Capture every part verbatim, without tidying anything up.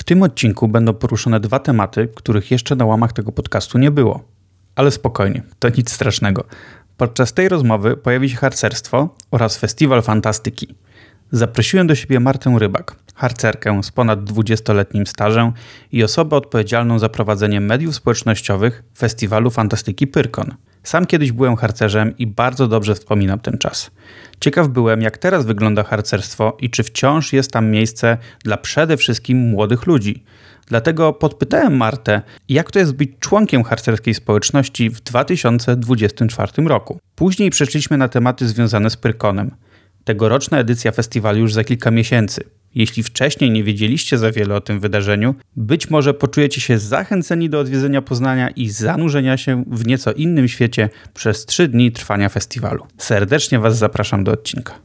W tym odcinku będą poruszone dwa tematy, których jeszcze na łamach tego podcastu nie było. Ale spokojnie, to nic strasznego. Podczas tej rozmowy pojawi się harcerstwo oraz festiwal fantastyki. Zaprosiłem do siebie Martę Rybak, harcerkę z ponad dwudziestoletnim stażem i osobę odpowiedzialną za prowadzenie mediów społecznościowych festiwalu fantastyki Pyrkon. Sam kiedyś byłem harcerzem i bardzo dobrze wspominam ten czas. Ciekaw byłem, jak teraz wygląda harcerstwo i czy wciąż jest tam miejsce dla przede wszystkim młodych ludzi. Dlatego podpytałem Martę, jak to jest być członkiem harcerskiej społeczności w dwa tysiące dwudziestym czwartym roku. Później przeszliśmy na tematy związane z Pyrkonem. Tegoroczna edycja festiwalu już za kilka miesięcy. Jeśli wcześniej nie wiedzieliście za wiele o tym wydarzeniu, być może poczujecie się zachęceni do odwiedzenia Poznania i zanurzenia się w nieco innym świecie przez trzy dni trwania festiwalu. Serdecznie Was zapraszam do odcinka.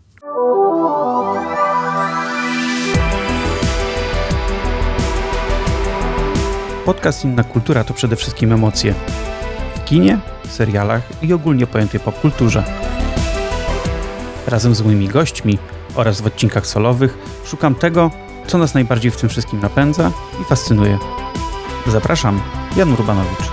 Podcast Inna Kultura to przede wszystkim emocje. W kinie, serialach i ogólnie pojętej popkulturze. Razem z moimi gośćmi oraz w odcinkach solowych szukam tego, co nas najbardziej w tym wszystkim napędza i fascynuje. Zapraszam, Jan Urbanowicz.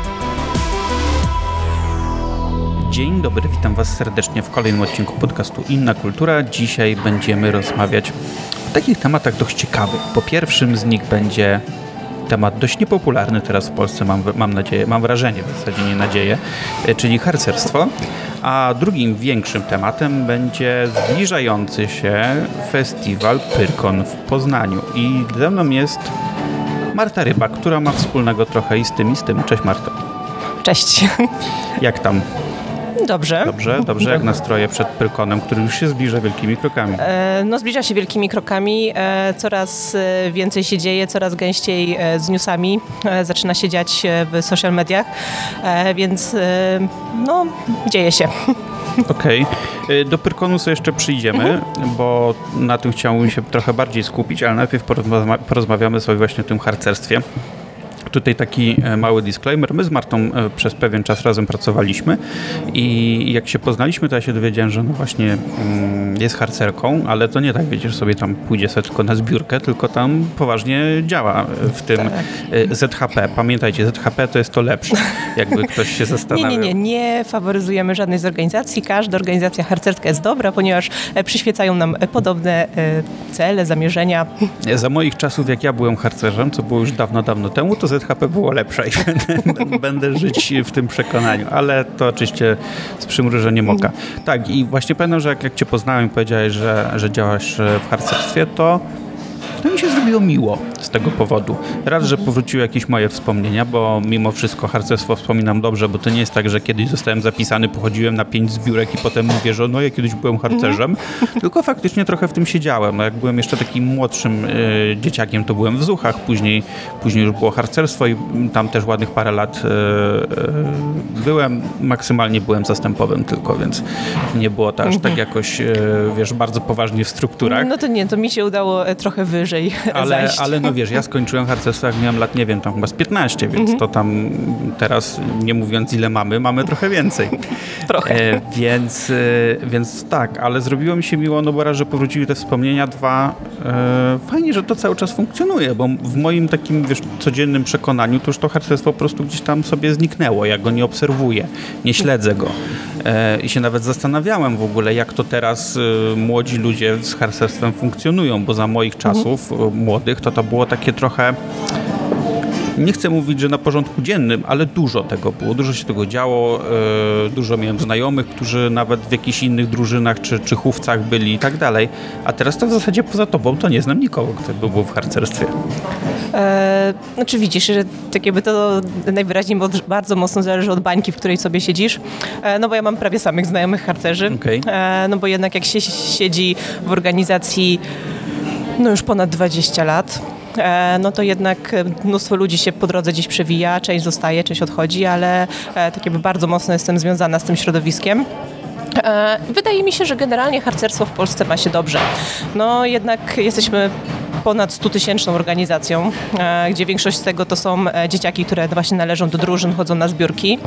Dzień dobry, witam Was serdecznie w kolejnym odcinku podcastu Inna Kultura. Dzisiaj będziemy rozmawiać o takich tematach dość ciekawych. Po pierwszym z nich będzie temat dość niepopularny teraz w Polsce, mam, mam nadzieję, mam wrażenie, w zasadzie nie nadzieję, czyli harcerstwo. A drugim większym tematem będzie zbliżający się festiwal Pyrkon w Poznaniu. I ze mną jest Marta Rybak, która ma wspólnego trochę i z tym, i z tym. Cześć Marto. Cześć. Jak tam? Dobrze. Dobrze, dobrze. Jak nastroje przed Pyrkonem, który już się zbliża wielkimi krokami? E, no zbliża się wielkimi krokami. E, coraz więcej się dzieje, coraz gęściej e, z newsami. E, zaczyna się dziać w social mediach, e, więc e, no dzieje się. Okej. Okay. Do Pyrkonu sobie jeszcze przyjdziemy, mhm. bo na tym chciałbym się trochę bardziej skupić, ale najpierw porozma- porozmawiamy sobie właśnie o tym harcerstwie. Tutaj taki mały disclaimer. My z Martą przez pewien czas razem pracowaliśmy i jak się poznaliśmy, to ja się dowiedziałem, że no właśnie jest harcerką, ale to nie tak, wiecie, że sobie tam pójdzie sobie tylko na zbiórkę, tylko tam poważnie działa w tym tak. Z H P. Pamiętajcie, Z H P to jest to lepsze, jakby ktoś się zastanawiał. Nie, nie, nie, nie faworyzujemy żadnej z organizacji. Każda organizacja harcerska jest dobra, ponieważ przyświecają nam podobne cele, zamierzenia. Za moich czasów, jak ja byłem harcerzem, co było już dawno, dawno temu, to Z H P było lepsze i będę, będę żyć w tym przekonaniu, ale to oczywiście z przymrużeniem oka. Tak, i właśnie pamiętam, że jak, jak cię poznałem i powiedziałeś, że, że działasz w harcerstwie, to to mi się zrobiło miło z tego powodu. Raz, że powróciły jakieś moje wspomnienia, bo mimo wszystko harcerstwo wspominam dobrze, bo to nie jest tak, że kiedyś zostałem zapisany, pochodziłem na pięć zbiórek i potem mówię, że no ja kiedyś byłem harcerzem, tylko faktycznie trochę w tym siedziałem. No jak byłem jeszcze takim młodszym y, dzieciakiem, to byłem w Zuchach, później, później już było harcerstwo i tam też ładnych parę lat y, y, byłem. Maksymalnie byłem zastępowym tylko, więc nie było to aż tak jakoś, y, wiesz, bardzo poważnie w strukturach. No to nie, to mi się udało trochę wyżej ale, zajść. ale no wiesz, ja skończyłem harcerstwo, jak miałem lat, nie wiem, tam chyba z piętnaście, więc mm-hmm. to tam teraz, nie mówiąc ile mamy, mamy trochę więcej. Trochę. E, więc, e, więc tak, ale zrobiło mi się miło, no bo raz, że powróciły te wspomnienia, dwa, e, fajnie, że to cały czas funkcjonuje, bo w moim takim, wiesz, codziennym przekonaniu to już to harcerstwo po prostu gdzieś tam sobie zniknęło, ja go nie obserwuję, nie śledzę go. E, I się nawet zastanawiałem w ogóle, jak to teraz e, młodzi ludzie z harcerstwem funkcjonują, bo za moich czasów młodych, to to było takie trochę, nie chcę mówić, że na porządku dziennym, ale dużo tego było, dużo się tego działo, yy, dużo miałem znajomych, którzy nawet w jakichś innych drużynach czy, czy chówcach byli i tak dalej, a teraz to w zasadzie poza tobą to nie znam nikogo, kto by był w harcerstwie. E, znaczy widzisz, że tak jakby to najwyraźniej bardzo mocno zależy od bańki, w której sobie siedzisz, e, no bo ja mam prawie samych znajomych harcerzy, okay. e, no bo jednak jak się siedzi w organizacji no już ponad dwadzieścia lat, e, no to jednak mnóstwo ludzi się po drodze gdzieś przewija, część zostaje, część odchodzi, ale e, tak jakby bardzo mocno jestem związana z tym środowiskiem. E, wydaje mi się, że generalnie harcerstwo w Polsce ma się dobrze. No jednak jesteśmy ponad stutysięczną organizacją, e, gdzie większość z tego to są e, dzieciaki, które właśnie należą do drużyn, chodzą na zbiórki.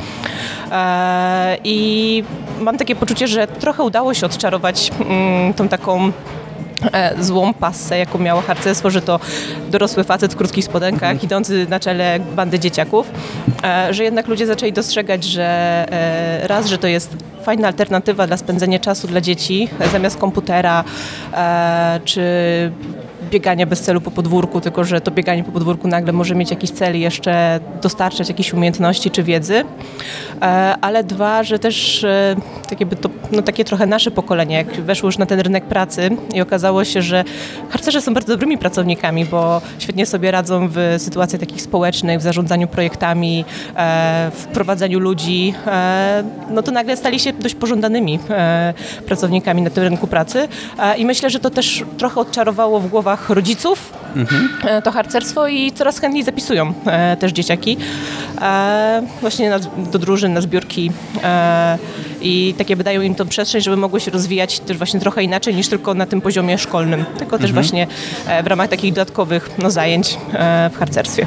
E, I mam takie poczucie, że trochę udało się odczarować mm, tą taką złą passę, jaką miało harcerstwo, że to dorosły facet w krótkich spodenkach, mhm. idący na czele bandy dzieciaków, że jednak ludzie zaczęli dostrzegać, że raz, że to jest fajna alternatywa dla spędzenia czasu dla dzieci, zamiast komputera czy biegania bez celu po podwórku, tylko że to bieganie po podwórku nagle może mieć jakiś cel i jeszcze dostarczać jakieś umiejętności czy wiedzy, ale dwa, że też tak jakby to, no takie trochę nasze pokolenie, jak weszło już na ten rynek pracy i okazało się, że harcerze są bardzo dobrymi pracownikami, bo świetnie sobie radzą w sytuacjach takich społecznych, w zarządzaniu projektami, w prowadzeniu ludzi, no to nagle stali się dość pożądanymi pracownikami na tym rynku pracy i myślę, że to też trochę odczarowało w głowach rodziców mhm. to harcerstwo i coraz chętniej zapisują e, też dzieciaki e, właśnie na, do drużyn, na zbiórki e, i takie wydają im tą przestrzeń, żeby mogły się rozwijać też właśnie trochę inaczej niż tylko na tym poziomie szkolnym, tylko mhm. też właśnie e, w ramach takich dodatkowych no, zajęć e, w harcerstwie.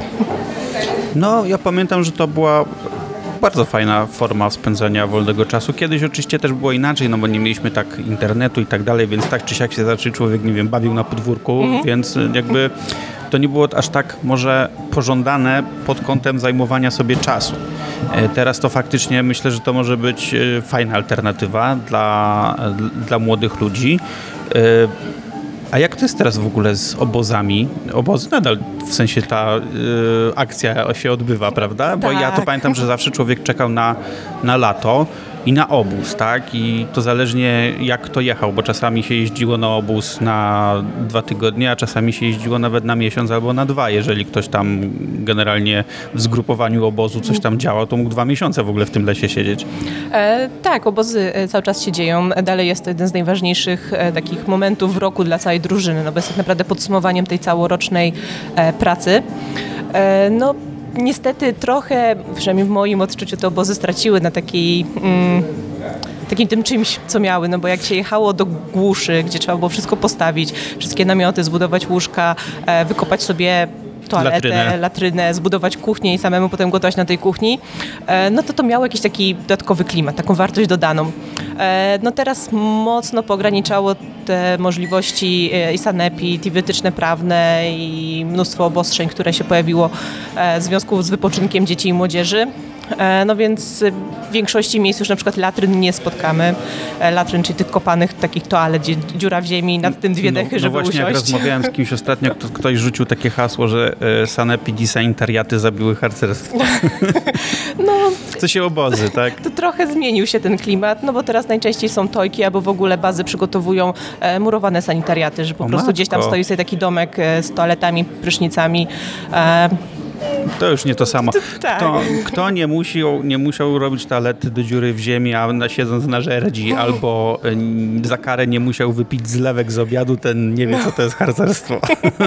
No ja pamiętam, że to była bardzo fajna forma spędzania wolnego czasu. Kiedyś oczywiście też było inaczej, no bo nie mieliśmy tak internetu i tak dalej, więc tak czy siak się zawsze człowiek, nie wiem, bawił na podwórku, mhm. więc jakby to nie było aż tak może pożądane pod kątem zajmowania sobie czasu. Teraz to faktycznie myślę, że to może być fajna alternatywa dla, dla młodych ludzi. A jak to jest teraz w ogóle z obozami? Obozy nadal, w sensie ta y, akcja się odbywa, prawda? Bo tak. Ja to pamiętam, że zawsze człowiek czekał na, na lato i na obóz, tak? I to zależnie jak to jechał, bo czasami się jeździło na obóz na dwa tygodnie, a czasami się jeździło nawet na miesiąc albo na dwa. Jeżeli ktoś tam generalnie w zgrupowaniu obozu coś tam działał, to mógł dwa miesiące w ogóle w tym lesie siedzieć. E, tak, obozy cały czas się dzieją. Dalej jest to jeden z najważniejszych e, takich momentów w roku dla całej drużyny, no bo jest tak naprawdę podsumowaniem tej całorocznej e, pracy. E, no Niestety trochę, przynajmniej w moim odczuciu, te obozy straciły na takiej, mm, takim tym czymś, co miały, no bo jak się jechało do głuszy, gdzie trzeba było wszystko postawić, wszystkie namioty, zbudować łóżka, e, wykopać sobie toaletę, latrynę. latrynę, zbudować kuchnię i samemu potem gotować na tej kuchni, e, no to to miało jakiś taki dodatkowy klimat, taką wartość dodaną. E, no teraz mocno pograniczało te możliwości i sanepid, i wytyczne prawne, i mnóstwo obostrzeń, które się pojawiło w związku z wypoczynkiem dzieci i młodzieży. No więc w większości miejsc już na przykład latryn nie spotkamy. Latryn, czyli tych kopanych takich toalet, gdzie dziura w ziemi, nad tym dwie dechy, no, żeby no właśnie, usiąść. Jak rozmawiałem z kimś ostatnio, kto, ktoś rzucił takie hasło, że sanepid i sanitariaty zabiły harcerstwo. No, chce się obozy, tak? To trochę zmienił się ten klimat, no bo teraz najczęściej są tojki, albo w ogóle bazy przygotowują e, murowane sanitariaty, że po o prostu matko. Gdzieś tam stoi sobie taki domek e, z toaletami, prysznicami. E, To już nie to samo. Tak. Kto, kto nie, musiał, nie musiał robić toalety do dziury w ziemi, a na, siedząc na żerdzi, albo y, za karę nie musiał wypić zlewek z obiadu, ten nie wie, co to jest harcerstwo.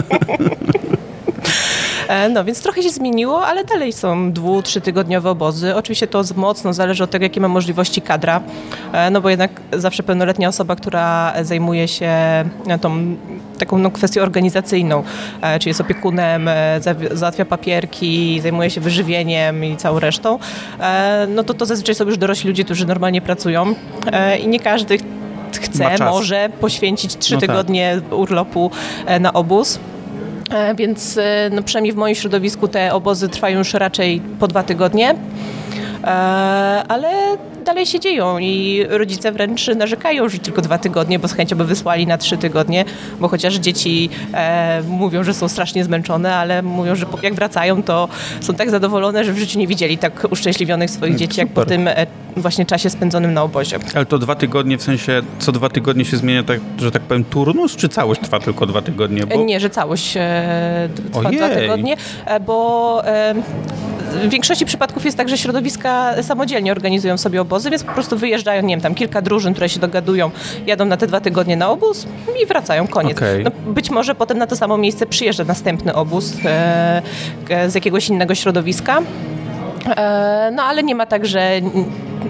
No więc trochę się zmieniło, ale dalej są dwu-, trzytygodniowe obozy. Oczywiście to mocno zależy od tego, jakie ma możliwości kadra, no bo jednak zawsze pełnoletnia osoba, która zajmuje się tą taką no, kwestią organizacyjną, czyli jest opiekunem, załatwia papierki, zajmuje się wyżywieniem i całą resztą, no to to zazwyczaj są już dorośli ludzie, którzy normalnie pracują i nie każdy chce, może poświęcić trzy no tygodnie tak. urlopu na obóz. Więc no przynajmniej w moim środowisku te obozy trwają już raczej po dwa tygodnie, ale dalej się dzieją i rodzice wręcz narzekają, że tylko dwa tygodnie, bo z chęcią by wysłali na trzy tygodnie, bo chociaż dzieci e, mówią, że są strasznie zmęczone, ale mówią, że jak wracają, to są tak zadowolone, że w życiu nie widzieli tak uszczęśliwionych swoich dzieci, Super. jak po tym e, właśnie czasie spędzonym na obozie. Ale to dwa tygodnie, w sensie co dwa tygodnie się zmienia, tak, że tak powiem, turnus, czy całość trwa tylko dwa tygodnie? Bo... Nie, że całość e, trwa Ojej. dwa tygodnie, e, bo e, w większości przypadków jest tak, że środowiska samodzielnie organizują sobie obozy, więc po prostu wyjeżdżają, nie wiem, tam kilka drużyn, które się dogadują, jadą na te dwa tygodnie na obóz i wracają, koniec. Okay. No, być może potem na to samo miejsce przyjeżdża następny obóz e, z jakiegoś innego środowiska, e, no ale nie ma tak, że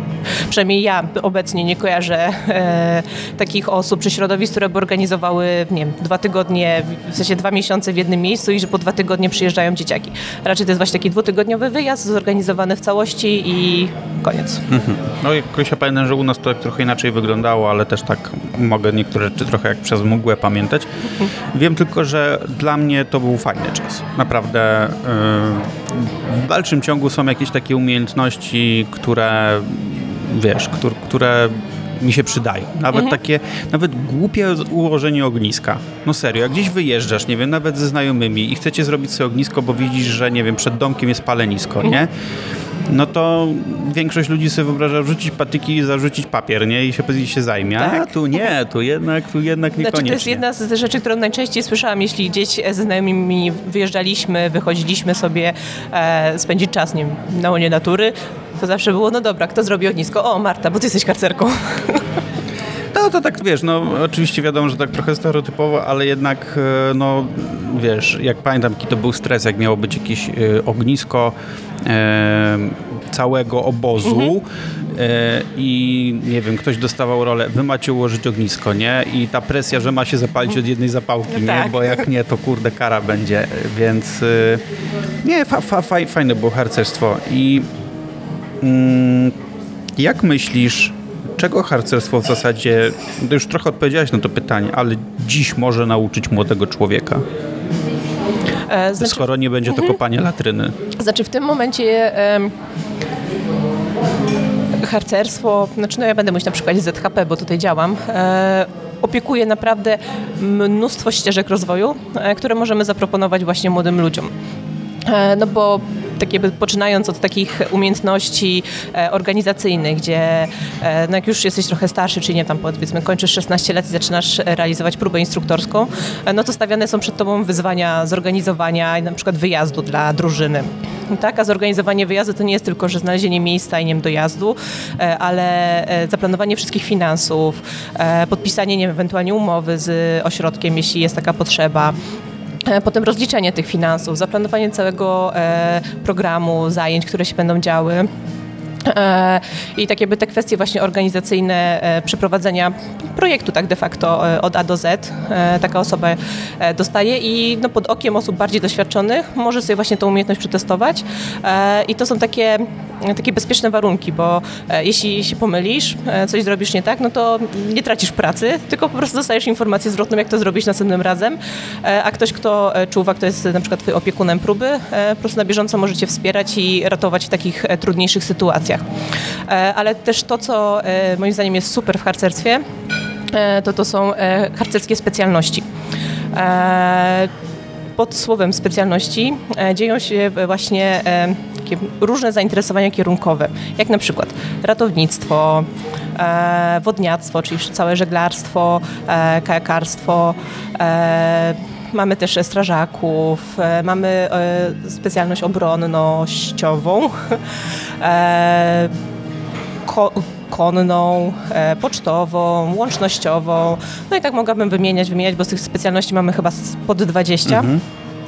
przynajmniej ja obecnie nie kojarzę e, takich osób czy środowisk, które by organizowały, nie wiem, dwa tygodnie, w sensie dwa miesiące w jednym miejscu i że po dwa tygodnie przyjeżdżają dzieciaki. Raczej to jest właśnie taki dwutygodniowy wyjazd zorganizowany w całości i koniec. Mhm. No jakoś ja pamiętam, że u nas to trochę inaczej wyglądało, ale też tak mogę niektóre rzeczy trochę jak przez mgłę pamiętać. Mhm. Wiem tylko, że dla mnie to był fajny czas. Naprawdę yy, w dalszym ciągu są jakieś takie umiejętności, które wiesz, które, które mi się przydają. Nawet mhm. takie, nawet głupie ułożenie ogniska. No serio, jak gdzieś wyjeżdżasz, nie wiem, nawet ze znajomymi i chcecie zrobić sobie ognisko, bo widzisz, że nie wiem, przed domkiem jest palenisko, mhm. nie? No to większość ludzi sobie wyobraża wrzucić patyki i zarzucić papier, nie? I się, i się zajmie. Tak. A tu nie, tu jednak, tu jednak niekoniecznie. Znaczy, to jest jedna z rzeczy, którą najczęściej słyszałam, jeśli gdzieś ze znajomymi wyjeżdżaliśmy, wychodziliśmy sobie e, spędzić czas, nie wiem, na łonie natury, to zawsze było, no dobra, kto zrobi ognisko? O, Marta, bo ty jesteś harcerką. No to tak, wiesz, no oczywiście wiadomo, że tak trochę stereotypowo, ale jednak, no wiesz, jak pamiętam, jaki to był stres, jak miało być jakieś y, ognisko y, całego obozu mhm. y, i nie wiem, ktoś dostawał rolę, wy macie ułożyć ognisko, nie? I ta presja, że ma się zapalić od jednej zapałki, no nie? Tak. Bo jak nie, to kurde kara będzie, więc y, nie, fa, fa, fa, fajne było harcerstwo. I mm, jak myślisz, czego harcerstwo w zasadzie, to już trochę odpowiedziałaś na to pytanie, ale dziś może nauczyć młodego człowieka? E, znaczy, skoro nie będzie to kopanie latryny. Znaczy w tym momencie e, harcerstwo, znaczy no ja będę mówić na przykładzie Z H P, bo tutaj działam, e, opiekuje naprawdę mnóstwo ścieżek rozwoju, e, które możemy zaproponować właśnie młodym ludziom. E, no bo tak jakby poczynając od takich umiejętności e, organizacyjnych, gdzie e, no jak już jesteś trochę starszy, czyli nie tam powiedzmy kończysz szesnaście lat i zaczynasz realizować próbę instruktorską, e, no to stawiane są przed tobą wyzwania zorganizowania na przykład wyjazdu dla drużyny. Tak, a zorganizowanie wyjazdu to nie jest tylko, że znalezienie miejsca i nie wiem, dojazdu, e, ale e, zaplanowanie wszystkich finansów, e, podpisanie nie wiem, ewentualnie umowy z ośrodkiem, jeśli jest taka potrzeba. Potem rozliczenie tych finansów, zaplanowanie całego e, programu, zajęć, które się będą działy. E, I tak jakby te kwestie właśnie organizacyjne e, przeprowadzenia projektu tak de facto e, od A do Z e, taka osoba e, dostaje i no, pod okiem osób bardziej doświadczonych może sobie właśnie tą umiejętność przetestować e, i to są takie, takie bezpieczne warunki, bo e, jeśli się pomylisz, e, coś zrobisz nie tak, no to nie tracisz pracy, tylko po prostu dostajesz informację zwrotną, jak to zrobić następnym razem, e, a ktoś, kto czuwa, kto jest na przykład twoim opiekunem próby, e, po prostu na bieżąco może cię wspierać i ratować w takich e, trudniejszych sytuacjach. Ale też to, co moim zdaniem jest super w harcerstwie, to to są harcerskie specjalności. Pod słowem specjalności dzieją się właśnie takie różne zainteresowania kierunkowe, jak na przykład ratownictwo, wodniactwo, czyli całe żeglarstwo, kajakarstwo. Mamy też strażaków, mamy specjalność obronnościową, ko- konną, pocztową, łącznościową. No i tak mogłabym wymieniać, wymieniać, bo z tych specjalności mamy chyba pod dwadzieścia. Mhm.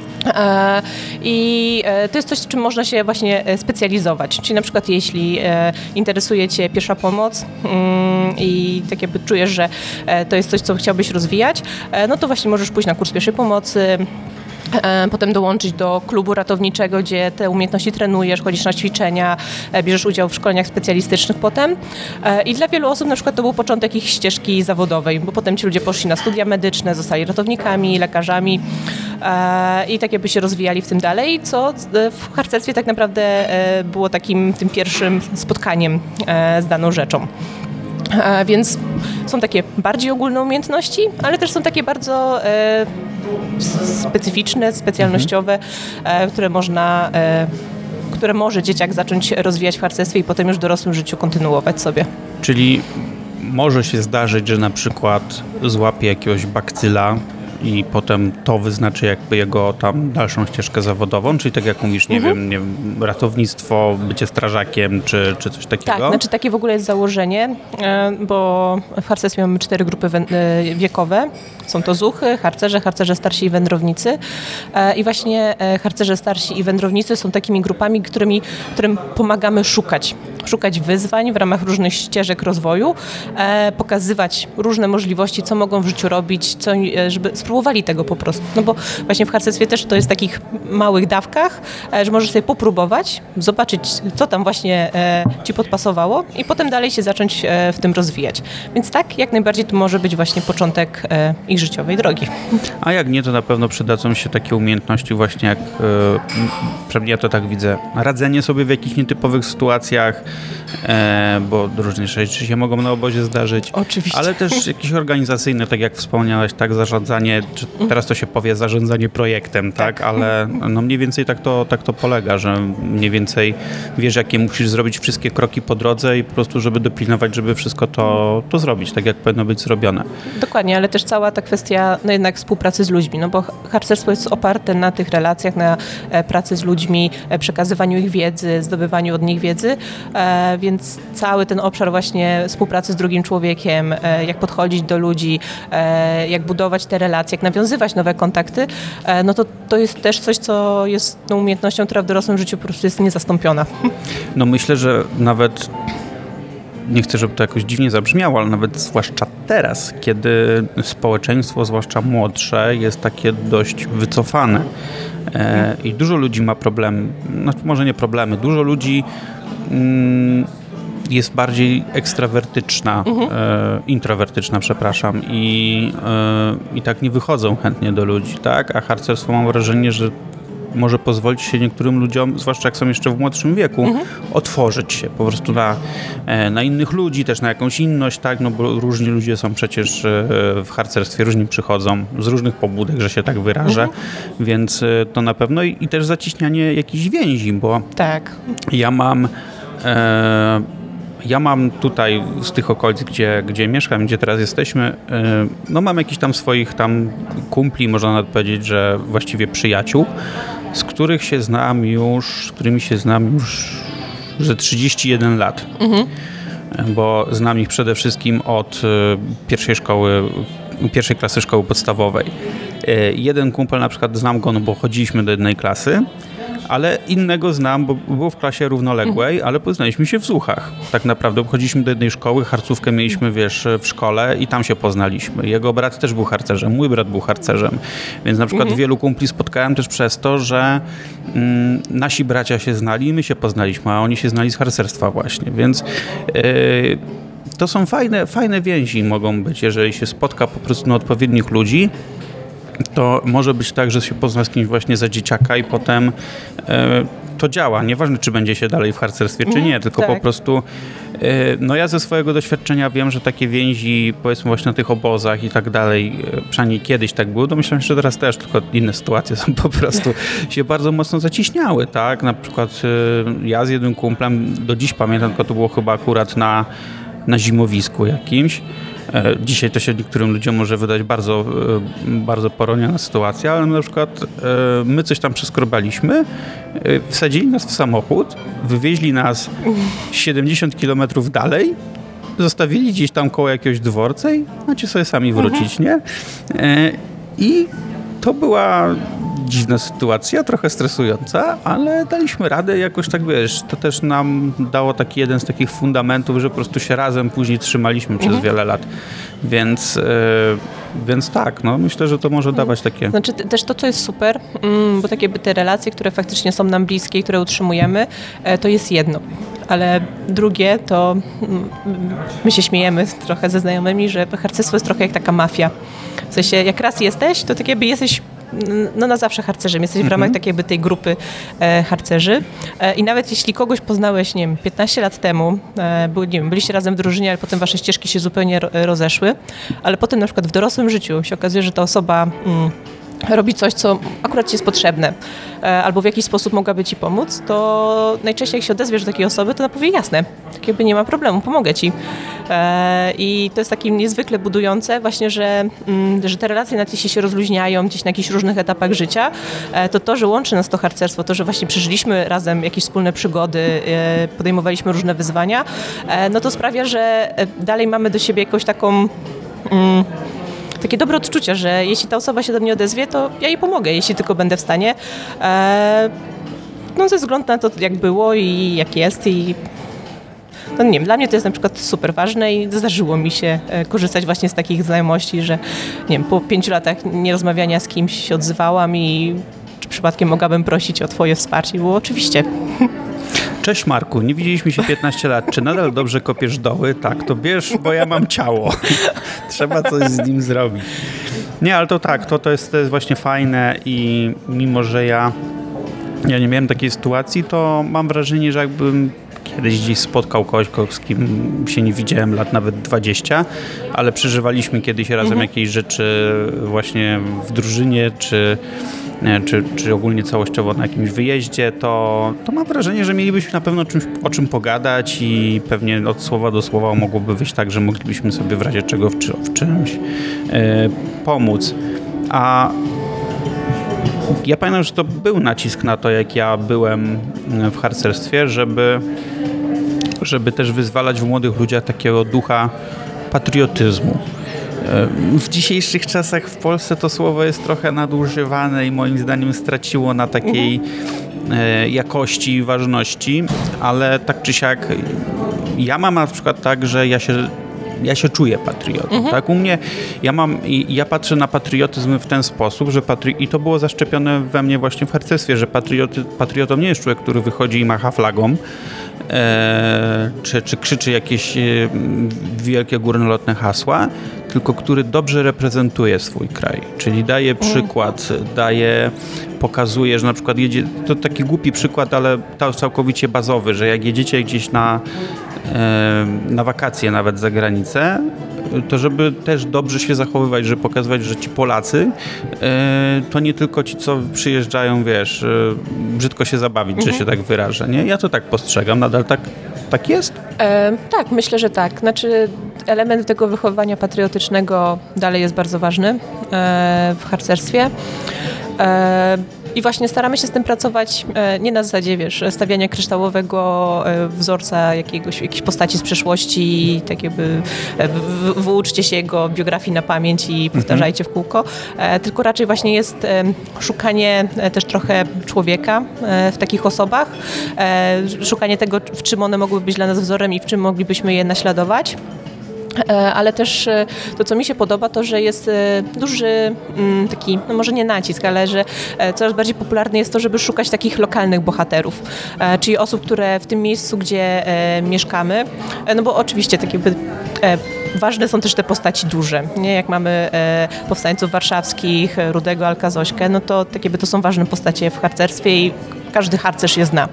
I to jest coś, w czym można się właśnie specjalizować. Czyli na przykład jeśli interesuje cię pierwsza pomoc i tak jakby czujesz, że to jest coś, co chciałbyś rozwijać, no to właśnie możesz pójść na kurs pierwszej pomocy, potem dołączyć do klubu ratowniczego, gdzie te umiejętności trenujesz, chodzisz na ćwiczenia, bierzesz udział w szkoleniach specjalistycznych potem. I dla wielu osób na przykład to był początek ich ścieżki zawodowej, bo potem ci ludzie poszli na studia medyczne, zostali ratownikami, lekarzami i tak jakby się rozwijali w tym dalej, co w harcerstwie tak naprawdę było takim tym pierwszym spotkaniem z daną rzeczą. Więc są takie bardziej ogólne umiejętności, ale też są takie bardzo e, specyficzne, specjalnościowe, e, które można, e, które może dzieciak zacząć rozwijać w harcerstwie i potem już w dorosłym życiu kontynuować sobie. Czyli może się zdarzyć, że na przykład złapie jakiegoś bakcyla i potem to wyznaczy jakby jego tam dalszą ścieżkę zawodową, czyli tak jak mówisz, nie, mhm. wiem, nie wiem, ratownictwo, bycie strażakiem, czy, czy coś takiego? Tak, znaczy takie w ogóle jest założenie, bo w harcerstwie mamy cztery grupy wiekowe. Są to zuchy, harcerze, harcerze starsi i wędrownicy. I właśnie harcerze starsi i wędrownicy są takimi grupami, którymi, którym pomagamy szukać szukać wyzwań w ramach różnych ścieżek rozwoju, e, pokazywać różne możliwości, co mogą w życiu robić, co, żeby spróbowali tego po prostu. No bo właśnie w harcerstwie też to jest w takich małych dawkach, e, że możesz sobie popróbować, zobaczyć, co tam właśnie e, ci podpasowało i potem dalej się zacząć e, w tym rozwijać. Więc tak, jak najbardziej to może być właśnie początek e, ich życiowej drogi. A jak nie, to na pewno przydadzą się takie umiejętności właśnie jak, e, ja to tak widzę, radzenie sobie w jakichś nietypowych sytuacjach, e, bo różne rzeczy się mogą na obozie zdarzyć. Oczywiście. Ale też jakieś organizacyjne, tak jak wspomniałeś, tak, zarządzanie, czy teraz to się powie zarządzanie projektem, tak, tak? Ale no mniej więcej tak to, tak to polega, że mniej więcej wiesz, jakie musisz zrobić wszystkie kroki po drodze i po prostu, żeby dopilnować, żeby wszystko to, to zrobić, tak jak powinno być zrobione. Dokładnie, ale też cała ta kwestia, no jednak współpracy z ludźmi, no bo harcerstwo jest oparte na tych relacjach, na e, pracy z ludźmi, e, przekazywaniu ich wiedzy, zdobywaniu od nich wiedzy, e, więc cały ten obszar właśnie współpracy z drugim człowiekiem, e, jak podchodzić do ludzi, e, jak budować te relacje, jak nawiązywać nowe kontakty, e, no to to jest też coś, co jest no, umiejętnością, która w dorosłym życiu po prostu jest niezastąpiona. No myślę, że nawet nie chcę, żeby to jakoś dziwnie zabrzmiało, ale nawet zwłaszcza teraz, kiedy społeczeństwo, zwłaszcza młodsze, jest takie dość wycofane e, i dużo ludzi ma problem, znaczy może nie problemy, dużo ludzi mm, jest bardziej ekstrawertyczna, mhm. e, introwertyczna, przepraszam, i, e, i tak nie wychodzą chętnie do ludzi, tak? A harcerstwo, mam wrażenie, że może pozwolić się niektórym ludziom, zwłaszcza jak są jeszcze w młodszym wieku, mhm. otworzyć się po prostu na, na innych ludzi, też na jakąś inność, tak, no bo różni ludzie są przecież w harcerstwie, różni przychodzą z różnych pobudek, że się tak wyrażę, mhm. więc to na pewno i, i też zacieśnianie jakichś więzi, bo tak. ja mam e, ja mam tutaj z tych okolic, gdzie, gdzie mieszkam, gdzie teraz jesteśmy, no mam jakichś tam swoich tam kumpli, można nawet powiedzieć, że właściwie przyjaciół, z których się znam już, z którymi się znam już ze trzydzieści jeden lat. Mhm. Bo znam ich przede wszystkim od pierwszej szkoły, pierwszej klasy szkoły podstawowej. Jeden kumpel na przykład znam go, no bo chodziliśmy do jednej klasy, ale innego znam, bo był w klasie równoległej, mhm. ale poznaliśmy się w Zuchach. Tak naprawdę chodziliśmy do jednej szkoły, harcówkę mieliśmy, wiesz, w szkole i tam się poznaliśmy. Jego brat też był harcerzem, mój brat był harcerzem. Więc na przykład mhm. wielu kumpli spotkałem też przez to, że mm, nasi bracia się znali i my się poznaliśmy, a oni się znali z harcerstwa właśnie. Więc yy, to są fajne, fajne więzi mogą być, jeżeli się spotka po prostu na odpowiednich ludzi. To może być tak, że się pozna z kimś właśnie za dzieciaka i potem e, to działa. Nieważne, czy będzie się dalej w harcerstwie, czy nie, tylko tak. po prostu e, no ja ze swojego doświadczenia wiem, że takie więzi, powiedzmy właśnie na tych obozach i tak dalej, e, przynajmniej kiedyś tak było, domyślam się, że teraz też, tylko inne sytuacje są po prostu się bardzo mocno zaciśniały, tak? Na przykład e, ja z jednym kumplem, do dziś pamiętam, tylko to było chyba akurat na, na zimowisku jakimś. Dzisiaj to się niektórym ludziom może wydać bardzo, bardzo poroniona sytuacja, ale na przykład my coś tam przeskrobaliśmy, wsadzili nas w samochód, wywieźli nas siedemdziesiąt kilometrów dalej, zostawili gdzieś tam koło jakiegoś dworca i macie sobie sami wrócić, nie? I to była dziwna sytuacja, trochę stresująca, ale daliśmy radę jakoś tak, wiesz, to też nam dało taki jeden z takich fundamentów, że po prostu się razem później trzymaliśmy przez mhm. wiele lat. Więc, yy, więc tak, no myślę, że to może dawać takie... Znaczy też to, co jest super, bo takie te relacje, które faktycznie są nam bliskie, które utrzymujemy, to jest jedno. Ale drugie to my się śmiejemy trochę ze znajomymi, że harcerstwo jest trochę jak taka mafia. W sensie, jak raz jesteś, to tak jakby jesteś no na zawsze harcerzem. Jesteś w ramach mm-hmm. takiej jakby tej grupy e, harcerzy. E, I nawet jeśli kogoś poznałeś, nie wiem, piętnaście lat temu, e, był, nie wiem, byliście razem w drużynie, ale potem wasze ścieżki się zupełnie ro, rozeszły, ale potem na przykład w dorosłym życiu się okazuje, że ta osoba mm, robi coś, co akurat ci jest potrzebne, e, albo w jakiś sposób mogłaby ci pomóc, to najczęściej jak się odezwiesz do takiej osoby, to ona powie jasne, tak jakby nie ma problemu, pomogę ci. E, I to jest takie niezwykle budujące właśnie, że, mm, że te relacje nawet jeśli się rozluźniają gdzieś na jakichś różnych etapach życia, e, to to, że łączy nas to harcerstwo, to, że właśnie przeżyliśmy razem jakieś wspólne przygody, e, podejmowaliśmy różne wyzwania, e, no to sprawia, że dalej mamy do siebie jakąś taką... Mm, takie dobre odczucie, że jeśli ta osoba się do mnie odezwie, to ja jej pomogę, jeśli tylko będę w stanie. E, no ze względu na to, jak było i jak jest i no nie wiem, dla mnie to jest na przykład super ważne i zdarzyło mi się korzystać właśnie z takich znajomości, że nie wiem, po pięciu latach nierozmawiania z kimś się odzywałam i czy przypadkiem mogłabym prosić o twoje wsparcie? Było oczywiście. Cześć Marku, nie widzieliśmy się piętnaście lat. Czy nadal dobrze kopiesz doły? Tak, to bierz, bo ja mam ciało. Trzeba coś z nim zrobić. Nie, ale to tak, to, to, jest, to jest właśnie fajne i mimo, że ja, ja nie miałem takiej sytuacji, to mam wrażenie, że jakbym kiedyś gdzieś spotkał kogoś, z kim się nie widziałem lat nawet dwadzieścia, ale przeżywaliśmy kiedyś razem mhm. jakieś rzeczy właśnie w drużynie, czy Czy, czy ogólnie całościowo na jakimś wyjeździe, to, to mam wrażenie, że mielibyśmy na pewno czymś, o czym pogadać i pewnie od słowa do słowa mogłoby wyjść tak, że moglibyśmy sobie w razie czego w, czy, w czymś e, pomóc. A ja pamiętam, że to był nacisk na to, jak ja byłem w harcerstwie, żeby, żeby też wyzwalać w młodych ludziach takiego ducha patriotyzmu. W dzisiejszych czasach w Polsce to słowo jest trochę nadużywane i moim zdaniem straciło na takiej mhm. jakości i ważności, ale tak czy siak ja mam na przykład tak, że ja się ja się czuję patriotą, mhm. tak? U mnie, ja mam, i ja patrzę na patriotyzm w ten sposób, że patri- i to było zaszczepione we mnie właśnie w harcerstwie, że patrioty, patriotą nie jest człowiek, który wychodzi i macha flagą, e, czy, czy krzyczy jakieś e, wielkie górnolotne hasła, tylko który dobrze reprezentuje swój kraj, czyli daje przykład, mhm. daje, pokazuje, że na przykład jedzie, to taki głupi przykład, ale to całkowicie bazowy, że jak jedziecie gdzieś na na wakacje nawet za granicę, to żeby też dobrze się zachowywać, żeby pokazywać, że ci Polacy to nie tylko ci, co przyjeżdżają, wiesz, brzydko się zabawić, mhm. że się tak wyrażę, nie? Ja to tak postrzegam, nadal tak, tak jest? E, tak, myślę, że tak. Znaczy element tego wychowywania patriotycznego dalej jest bardzo ważny e, w harcerstwie. E, I właśnie staramy się z tym pracować nie na zasadzie, wiesz, stawiania kryształowego wzorca jakiegoś, jakiejś postaci z przeszłości, tak jakby wyuczcie się jego biografii na pamięć i powtarzajcie w kółko, tylko raczej właśnie jest szukanie też trochę człowieka w takich osobach, szukanie tego, w czym one mogłyby być dla nas wzorem i w czym moglibyśmy je naśladować. Ale też to, co mi się podoba, to, że jest duży taki, no może nie nacisk, ale że coraz bardziej popularne jest to, żeby szukać takich lokalnych bohaterów, czyli osób, które w tym miejscu, gdzie mieszkamy, no bo oczywiście tak jakby ważne są też te postaci duże, nie? Jak mamy powstańców warszawskich, Rudego, Alka Zośkę, no to tak jakby to są ważne postacie w harcerstwie i każdy harcerz je zna.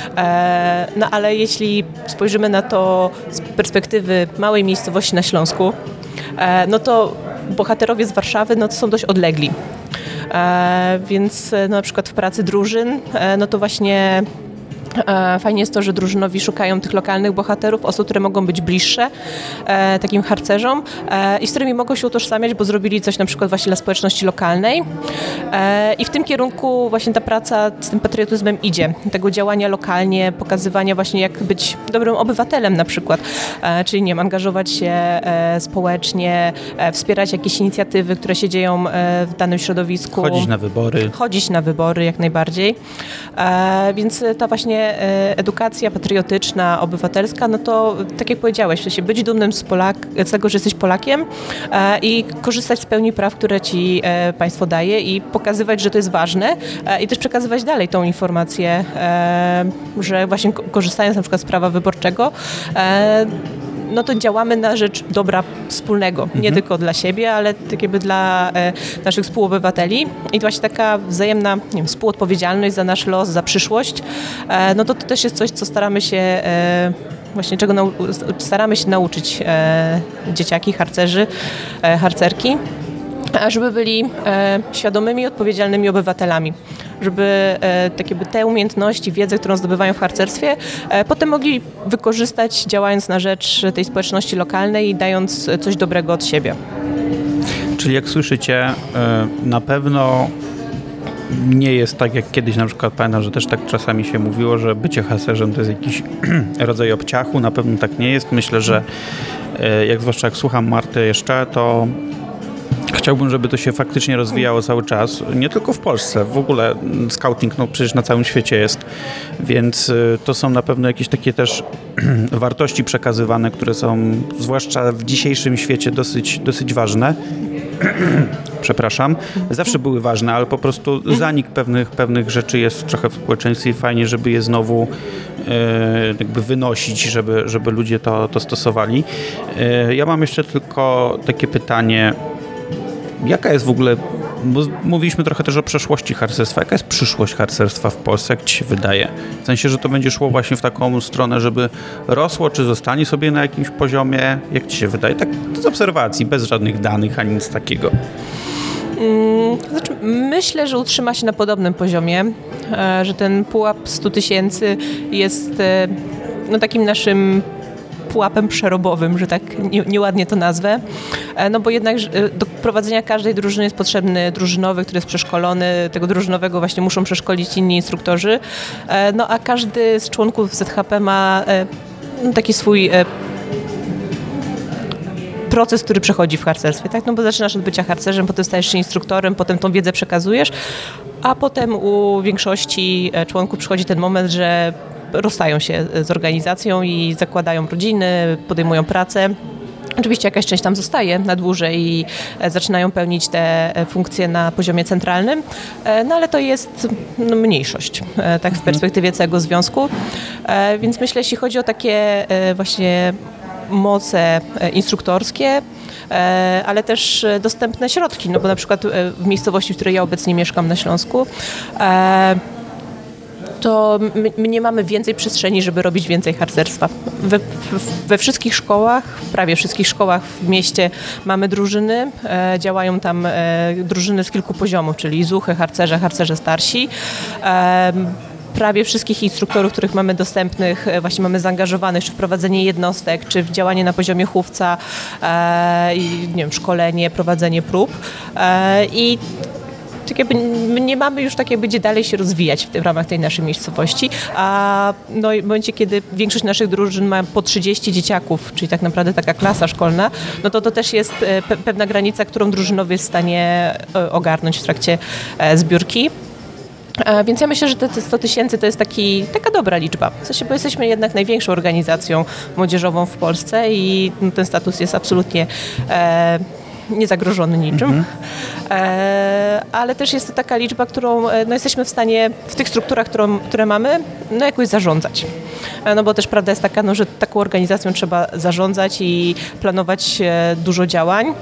E, no ale jeśli spojrzymy na to z perspektywy małej miejscowości na Śląsku, e, no to bohaterowie z Warszawy no to są dość odlegli. E, więc no, na przykład w pracy drużyn, e, no to właśnie fajnie jest to, że drużynowi szukają tych lokalnych bohaterów, osób, które mogą być bliższe e, takim harcerzom e, i z którymi mogą się utożsamiać, bo zrobili coś na przykład właśnie dla społeczności lokalnej. E, I w tym kierunku właśnie ta praca z tym patriotyzmem idzie. Tego działania lokalnie, pokazywania właśnie jak być dobrym obywatelem na przykład. E, czyli nie wiem, angażować się e, społecznie, e, wspierać jakieś inicjatywy, które się dzieją e, w danym środowisku. Chodzić na wybory. Chodzić na wybory jak najbardziej. E, więc ta właśnie edukacja patriotyczna, obywatelska, no to tak jak powiedziałeś, w sensie być dumnym z, Polak, z tego, że jesteś Polakiem e, i korzystać z pełni praw, które ci e, państwo daje i pokazywać, że to jest ważne e, i też przekazywać dalej tą informację, e, że właśnie korzystając na przykład z prawa wyborczego, e, no to działamy na rzecz dobra wspólnego. Nie mhm. tylko dla siebie, ale tak jakby dla e, naszych współobywateli. I to właśnie taka wzajemna, nie wiem, współodpowiedzialność za nasz los, za przyszłość. E, no to to też jest coś, co staramy się e, właśnie czego nau- staramy się nauczyć e, dzieciaki, harcerzy, e, harcerki, żeby byli e, świadomymi, odpowiedzialnymi obywatelami. Żeby e, tak jakby te umiejętności, wiedzę, którą zdobywają w harcerstwie, e, potem mogli wykorzystać, działając na rzecz tej społeczności lokalnej i dając coś dobrego od siebie. Czyli jak słyszycie, e, na pewno nie jest tak jak kiedyś, na przykład pamiętam, że też tak czasami się mówiło, że bycie harcerzem to jest jakiś rodzaj obciachu. Na pewno tak nie jest. Myślę, że e, jak zwłaszcza jak słucham Marty jeszcze, to Chciałbym, żeby to się faktycznie rozwijało cały czas. Nie tylko w Polsce. W ogóle scouting no przecież na całym świecie jest. Więc to są na pewno jakieś takie też wartości przekazywane, które są zwłaszcza w dzisiejszym świecie dosyć, dosyć ważne. Przepraszam. Zawsze były ważne, ale po prostu zanik pewnych, pewnych rzeczy jest trochę w społeczeństwie i fajnie, żeby je znowu e, jakby wynosić, żeby, żeby ludzie to, to stosowali. E, ja mam jeszcze tylko takie pytanie. Jaka jest w ogóle, bo mówiliśmy trochę też o przeszłości harcerstwa, jaka jest przyszłość harcerstwa w Polsce, jak ci się wydaje? W sensie, że to będzie szło właśnie w taką stronę, żeby rosło, czy zostanie sobie na jakimś poziomie, jak ci się wydaje? Tak z obserwacji, bez żadnych danych, ani nic takiego. Znaczy, myślę, że utrzyma się na podobnym poziomie, że ten pułap stu tysięcy jest no, takim naszym pułapem przerobowym, że tak nie, nieładnie to nazwę, no bo jednak do prowadzenia każdej drużyny jest potrzebny drużynowy, który jest przeszkolony, tego drużynowego właśnie muszą przeszkolić inni instruktorzy, no a każdy z członków Z H P ma no, taki swój proces, który przechodzi w harcerstwie, tak? No bo zaczynasz od bycia harcerzem, potem stajesz się instruktorem, potem tą wiedzę przekazujesz, a potem u większości członków przychodzi ten moment, że rozstają się z organizacją i zakładają rodziny, podejmują pracę. Oczywiście jakaś część tam zostaje na dłużej i zaczynają pełnić te funkcje na poziomie centralnym, no ale to jest no, mniejszość, tak w perspektywie całego związku. Więc myślę, jeśli chodzi o takie właśnie moce instruktorskie, ale też dostępne środki, no bo na przykład w miejscowości, w której ja obecnie mieszkam na Śląsku, to my, my nie mamy więcej przestrzeni, żeby robić więcej harcerstwa. We, we wszystkich szkołach, prawie wszystkich szkołach w mieście mamy drużyny, e, działają tam e, drużyny z kilku poziomów, czyli zuchy, harcerze, harcerze starsi. E, Prawie wszystkich instruktorów, których mamy dostępnych, właśnie mamy zaangażowanych czy w prowadzenie jednostek, czy w działanie na poziomie chówca, e, i, nie wiem, szkolenie, prowadzenie prób. E, I tak jakby nie mamy już tak jakby gdzie dalej się rozwijać w, tym, w ramach tej naszej miejscowości, a no, w momencie, kiedy większość naszych drużyn ma po trzydzieści dzieciaków, czyli tak naprawdę taka klasa szkolna, no to to też jest pe- pewna granica, którą drużynowy jest w stanie ogarnąć w trakcie zbiórki. Więc ja myślę, że te sto tysięcy to jest taki, taka dobra liczba. W sensie, bo jesteśmy jednak największą organizacją młodzieżową w Polsce i no, ten status jest absolutnie e, niezagrożony niczym. Mhm. E, ale też jest to taka liczba, którą no, jesteśmy w stanie w tych strukturach, którą, które mamy, no jakoś zarządzać. E, no bo też prawda jest taka, no, że taką organizacją trzeba zarządzać i planować e, dużo działań.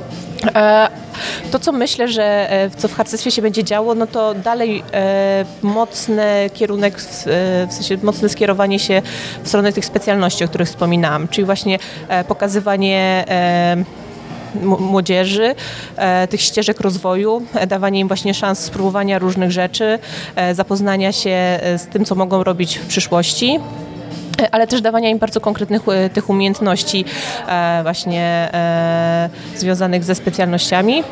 To, co myślę, że co w harcerstwie się będzie działo, no to dalej e, mocny kierunek, w sensie mocne skierowanie się w stronę tych specjalności, o których wspominałam, czyli właśnie e, pokazywanie e, młodzieży, e, tych ścieżek rozwoju, e, dawanie im właśnie szans spróbowania różnych rzeczy, e, zapoznania się z tym, co mogą robić w przyszłości, ale też dawania im bardzo konkretnych tych umiejętności e, właśnie e, związanych ze specjalnościami.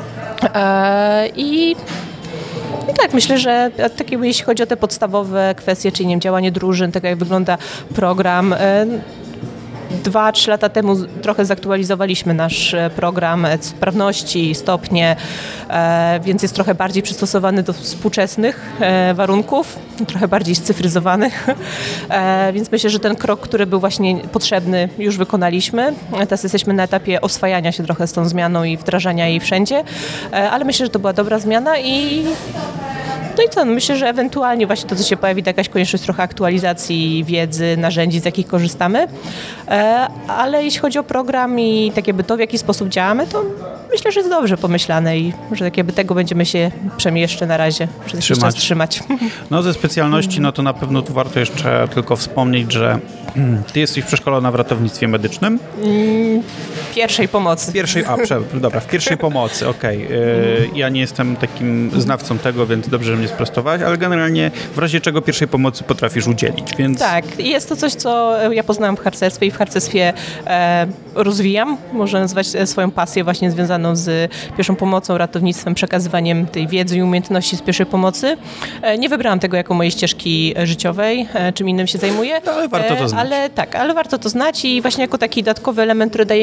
E, i, I tak, myślę, że tak jakby jeśli chodzi o te podstawowe kwestie, czyli nie wiem, działanie drużyn, tak jak wygląda program, e, Dwa, trzy lata temu trochę zaktualizowaliśmy nasz program sprawności, stopnie, e, więc jest trochę bardziej przystosowany do współczesnych e, warunków, trochę bardziej scyfryzowany, e, więc myślę, że ten krok, który był właśnie potrzebny, już wykonaliśmy. Teraz jesteśmy na etapie oswajania się trochę z tą zmianą i wdrażania jej wszędzie, e, ale myślę, że to była dobra zmiana i no i co, no myślę, że ewentualnie właśnie to, co się pojawi, to jakaś konieczność trochę aktualizacji wiedzy, narzędzi, z jakich korzystamy, ale jeśli chodzi o program i tak jakby to, w jaki sposób działamy, to myślę, że jest dobrze pomyślane i że tak jakby tego będziemy się przynajmniej jeszcze na razie przez jakiś czas trzymać. No ze specjalności, no to na pewno tu warto jeszcze tylko wspomnieć, że ty jesteś przeszkolona w ratownictwie medycznym? W pierwszej pomocy. Pierwszej, a, prze, dobra, w pierwszej pomocy, okej. Okay. Ja nie jestem takim znawcą tego, więc dobrze, że mnie sprostowałaś, ale generalnie w razie czego pierwszej pomocy potrafisz udzielić, więc... Tak, jest to coś, co ja poznałam w harcerstwie i w harcerstwie e, rozwijam, można nazwać swoją pasję właśnie związaną z pierwszą pomocą, ratownictwem, przekazywaniem tej wiedzy i umiejętności z pierwszej pomocy. E, nie wybrałam tego jako mojej ścieżki życiowej, e, czym innym się zajmuję. Ale warto to znać. Ale tak, ale warto to znać i właśnie jako taki dodatkowy element, który daje mi po prostu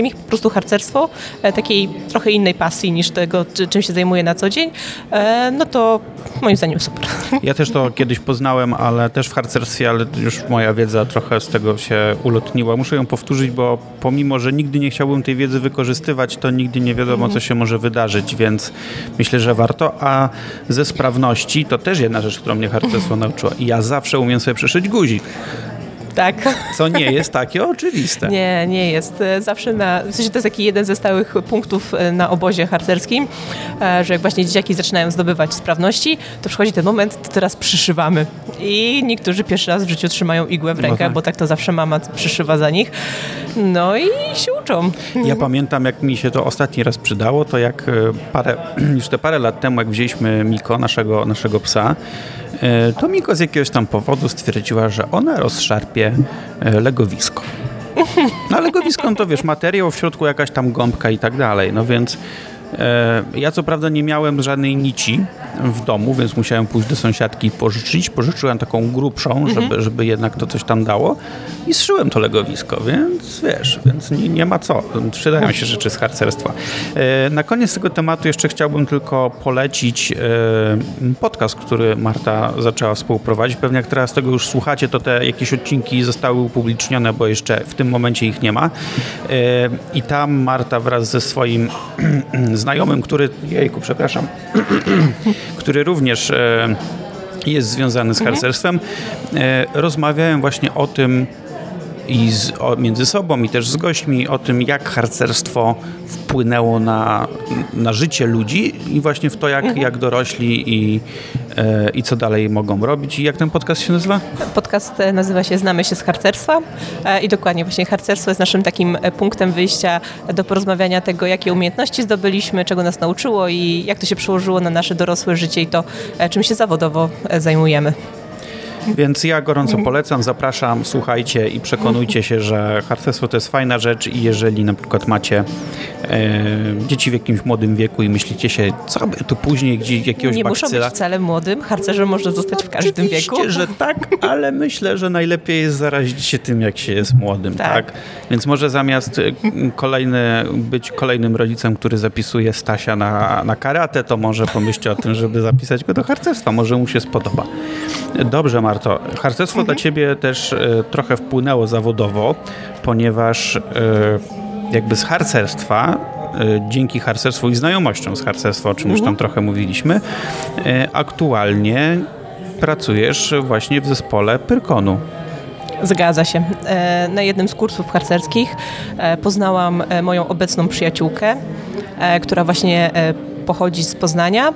prostu harcerstwo, takiej trochę innej pasji niż tego, czym się zajmuję na co dzień, no to moim zdaniem super. Ja też to kiedyś poznałem, ale też w harcerstwie, ale już moja wiedza trochę z tego się ulotniła. Muszę ją powtórzyć, bo pomimo, że nigdy nie chciałbym tej wiedzy wykorzystywać, to nigdy nie wiadomo, co się może wydarzyć, więc myślę, że warto. A ze sprawności to też jedna rzecz, którą mnie harcerstwo nauczyło. I ja zawsze umiem sobie przyszyć guzik. Tak. Co nie jest takie oczywiste. Nie, nie jest. Zawsze na, w sensie to jest taki jeden ze stałych punktów na obozie harcerskim, że jak właśnie dzieciaki zaczynają zdobywać sprawności, to przychodzi ten moment, to teraz przyszywamy. I niektórzy pierwszy raz w życiu trzymają igłę w rękę, no tak. Bo tak to zawsze mama przyszywa za nich. No i się uczą. Ja pamiętam, jak mi się to ostatni raz przydało, to jak parę, już te parę lat temu, jak wzięliśmy Miko, naszego, naszego psa, to Miko z jakiegoś tam powodu stwierdziła, że ona rozszarpie legowisko. No legowisko to wiesz, materiał, w środku jakaś tam gąbka i tak dalej, no więc e, ja co prawda nie miałem żadnej nici w domu, więc musiałem pójść do sąsiadki i pożyczyć. Pożyczyłem taką grubszą, żeby, mhm. żeby jednak to coś tam dało i zszyłem to legowisko, więc wiesz, więc nie, nie ma co. Przydają się rzeczy z harcerstwa. E, na koniec tego tematu jeszcze chciałbym tylko polecić e, podcast, który Marta zaczęła współprowadzić. Pewnie jak teraz tego już słuchacie, to te jakieś odcinki zostały upublicznione, bo jeszcze w tym momencie ich nie ma. E, I tam Marta wraz ze swoim znajomym, który, jejku, przepraszam, który również e, jest związany z harcerstwem, e, rozmawiałem właśnie o tym i z, o, między sobą i też z gośćmi o tym, jak harcerstwo wpłynęło na, na życie ludzi i właśnie w to, jak, mhm. jak dorośli i, e, i co dalej mogą robić. I jak ten podcast się nazywa? Podcast nazywa się Znamy się z harcerstwa e, i dokładnie właśnie harcerstwo jest naszym takim punktem wyjścia do porozmawiania tego, jakie umiejętności zdobyliśmy, czego nas nauczyło i jak to się przełożyło na nasze dorosłe życie i to, e, czym się zawodowo e, zajmujemy. Więc ja gorąco polecam, zapraszam, słuchajcie i przekonujcie się, że harcerstwo to jest fajna rzecz i jeżeli na przykład macie e, dzieci w jakimś młodym wieku i myślicie się, co by tu później gdzieś jakiegoś Nie bakcyla... muszą być wcale młodym, harcerzem można zostać w każdym Oczywiście, wieku. że tak, ale myślę, że najlepiej jest zarazić się tym, jak się jest młodym, tak? tak? Więc może zamiast kolejny, być kolejnym rodzicem, który zapisuje Stasia na, na karate, to może pomyślcie o tym, żeby zapisać go do harcerstwa, może mu się spodoba. Dobrze, Marto. Harcerstwo mhm. dla ciebie też e, trochę wpłynęło zawodowo, ponieważ e, jakby z harcerstwa, e, dzięki harcerstwu i znajomościom z harcerstwa, o czym mhm. już tam trochę mówiliśmy, e, aktualnie pracujesz właśnie w zespole Pyrkonu. Zgadza się. E, na jednym z kursów harcerskich e, poznałam e, moją obecną przyjaciółkę, e, która właśnie e, pochodzi z Poznania.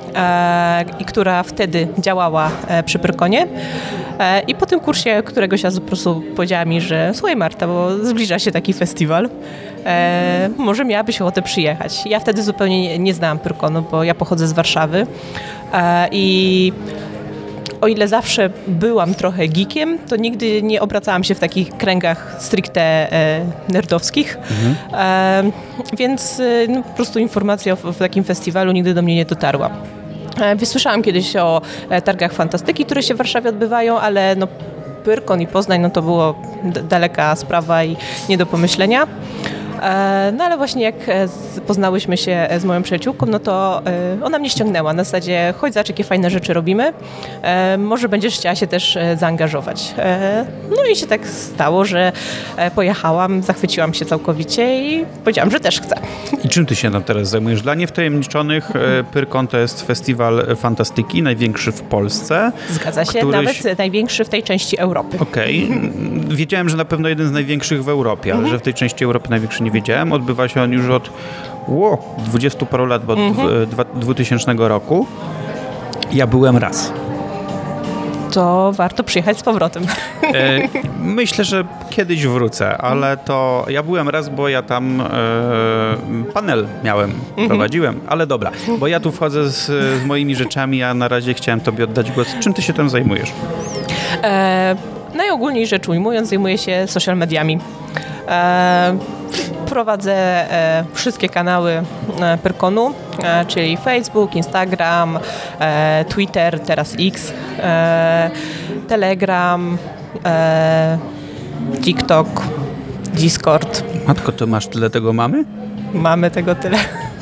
I która wtedy działała przy Pyrkonie. I po tym kursie któregoś razu po prostu powiedziała mi, że słuchaj Marta, bo zbliża się taki festiwal, e, może miałabyś ochotę przyjechać. Ja wtedy zupełnie nie, nie znałam Pyrkonu, bo ja pochodzę z Warszawy e, i o ile zawsze byłam trochę geekiem, to nigdy nie obracałam się w takich kręgach stricte e, nerdowskich, mhm. e, więc e, no, po prostu informacja o, o takim festiwalu nigdy do mnie nie dotarła. Wysłyszałam kiedyś o targach fantastyki, które się w Warszawie odbywają, ale no, Pyrkon i Poznań no, to było d- daleka sprawa i nie do pomyślenia. No ale właśnie jak poznałyśmy się z moją przyjaciółką, no to ona mnie ściągnęła na zasadzie chodź zobacz, jakie fajne rzeczy robimy, może będziesz chciała się też zaangażować. No i się tak stało, że pojechałam, zachwyciłam się całkowicie i powiedziałam, że też chcę. I czym ty się na teraz zajmujesz? Dla niewtajemniczonych Pyrkon to jest festiwal fantastyki, największy w Polsce. Zgadza się, któryś... nawet największy w tej części Europy. Okej, okay. Wiedziałem, że na pewno jeden z największych w Europie, ale mm-hmm. że w tej części Europy największy nie wiedziałem. Odbywa się on już od ło, dwudziestu paru lat, bo mm-hmm. od dwutysięcznego roku. Ja byłem raz. To warto przyjechać z powrotem. E, myślę, że kiedyś wrócę, ale to ja byłem raz, bo ja tam e, panel miałem, mm-hmm. prowadziłem, ale dobra, bo ja tu wchodzę z, z moimi rzeczami, a na razie chciałem tobie oddać głos. Czym ty się tam zajmujesz? E, najogólniej rzecz ujmując, zajmuję się social mediami. E, prowadzę e, wszystkie kanały e, Pyrkonu, e, czyli Facebook, Instagram, e, Twitter, teraz X, e, Telegram, e, TikTok, Discord. Matko, to masz tyle tego mamy? Mamy tego tyle.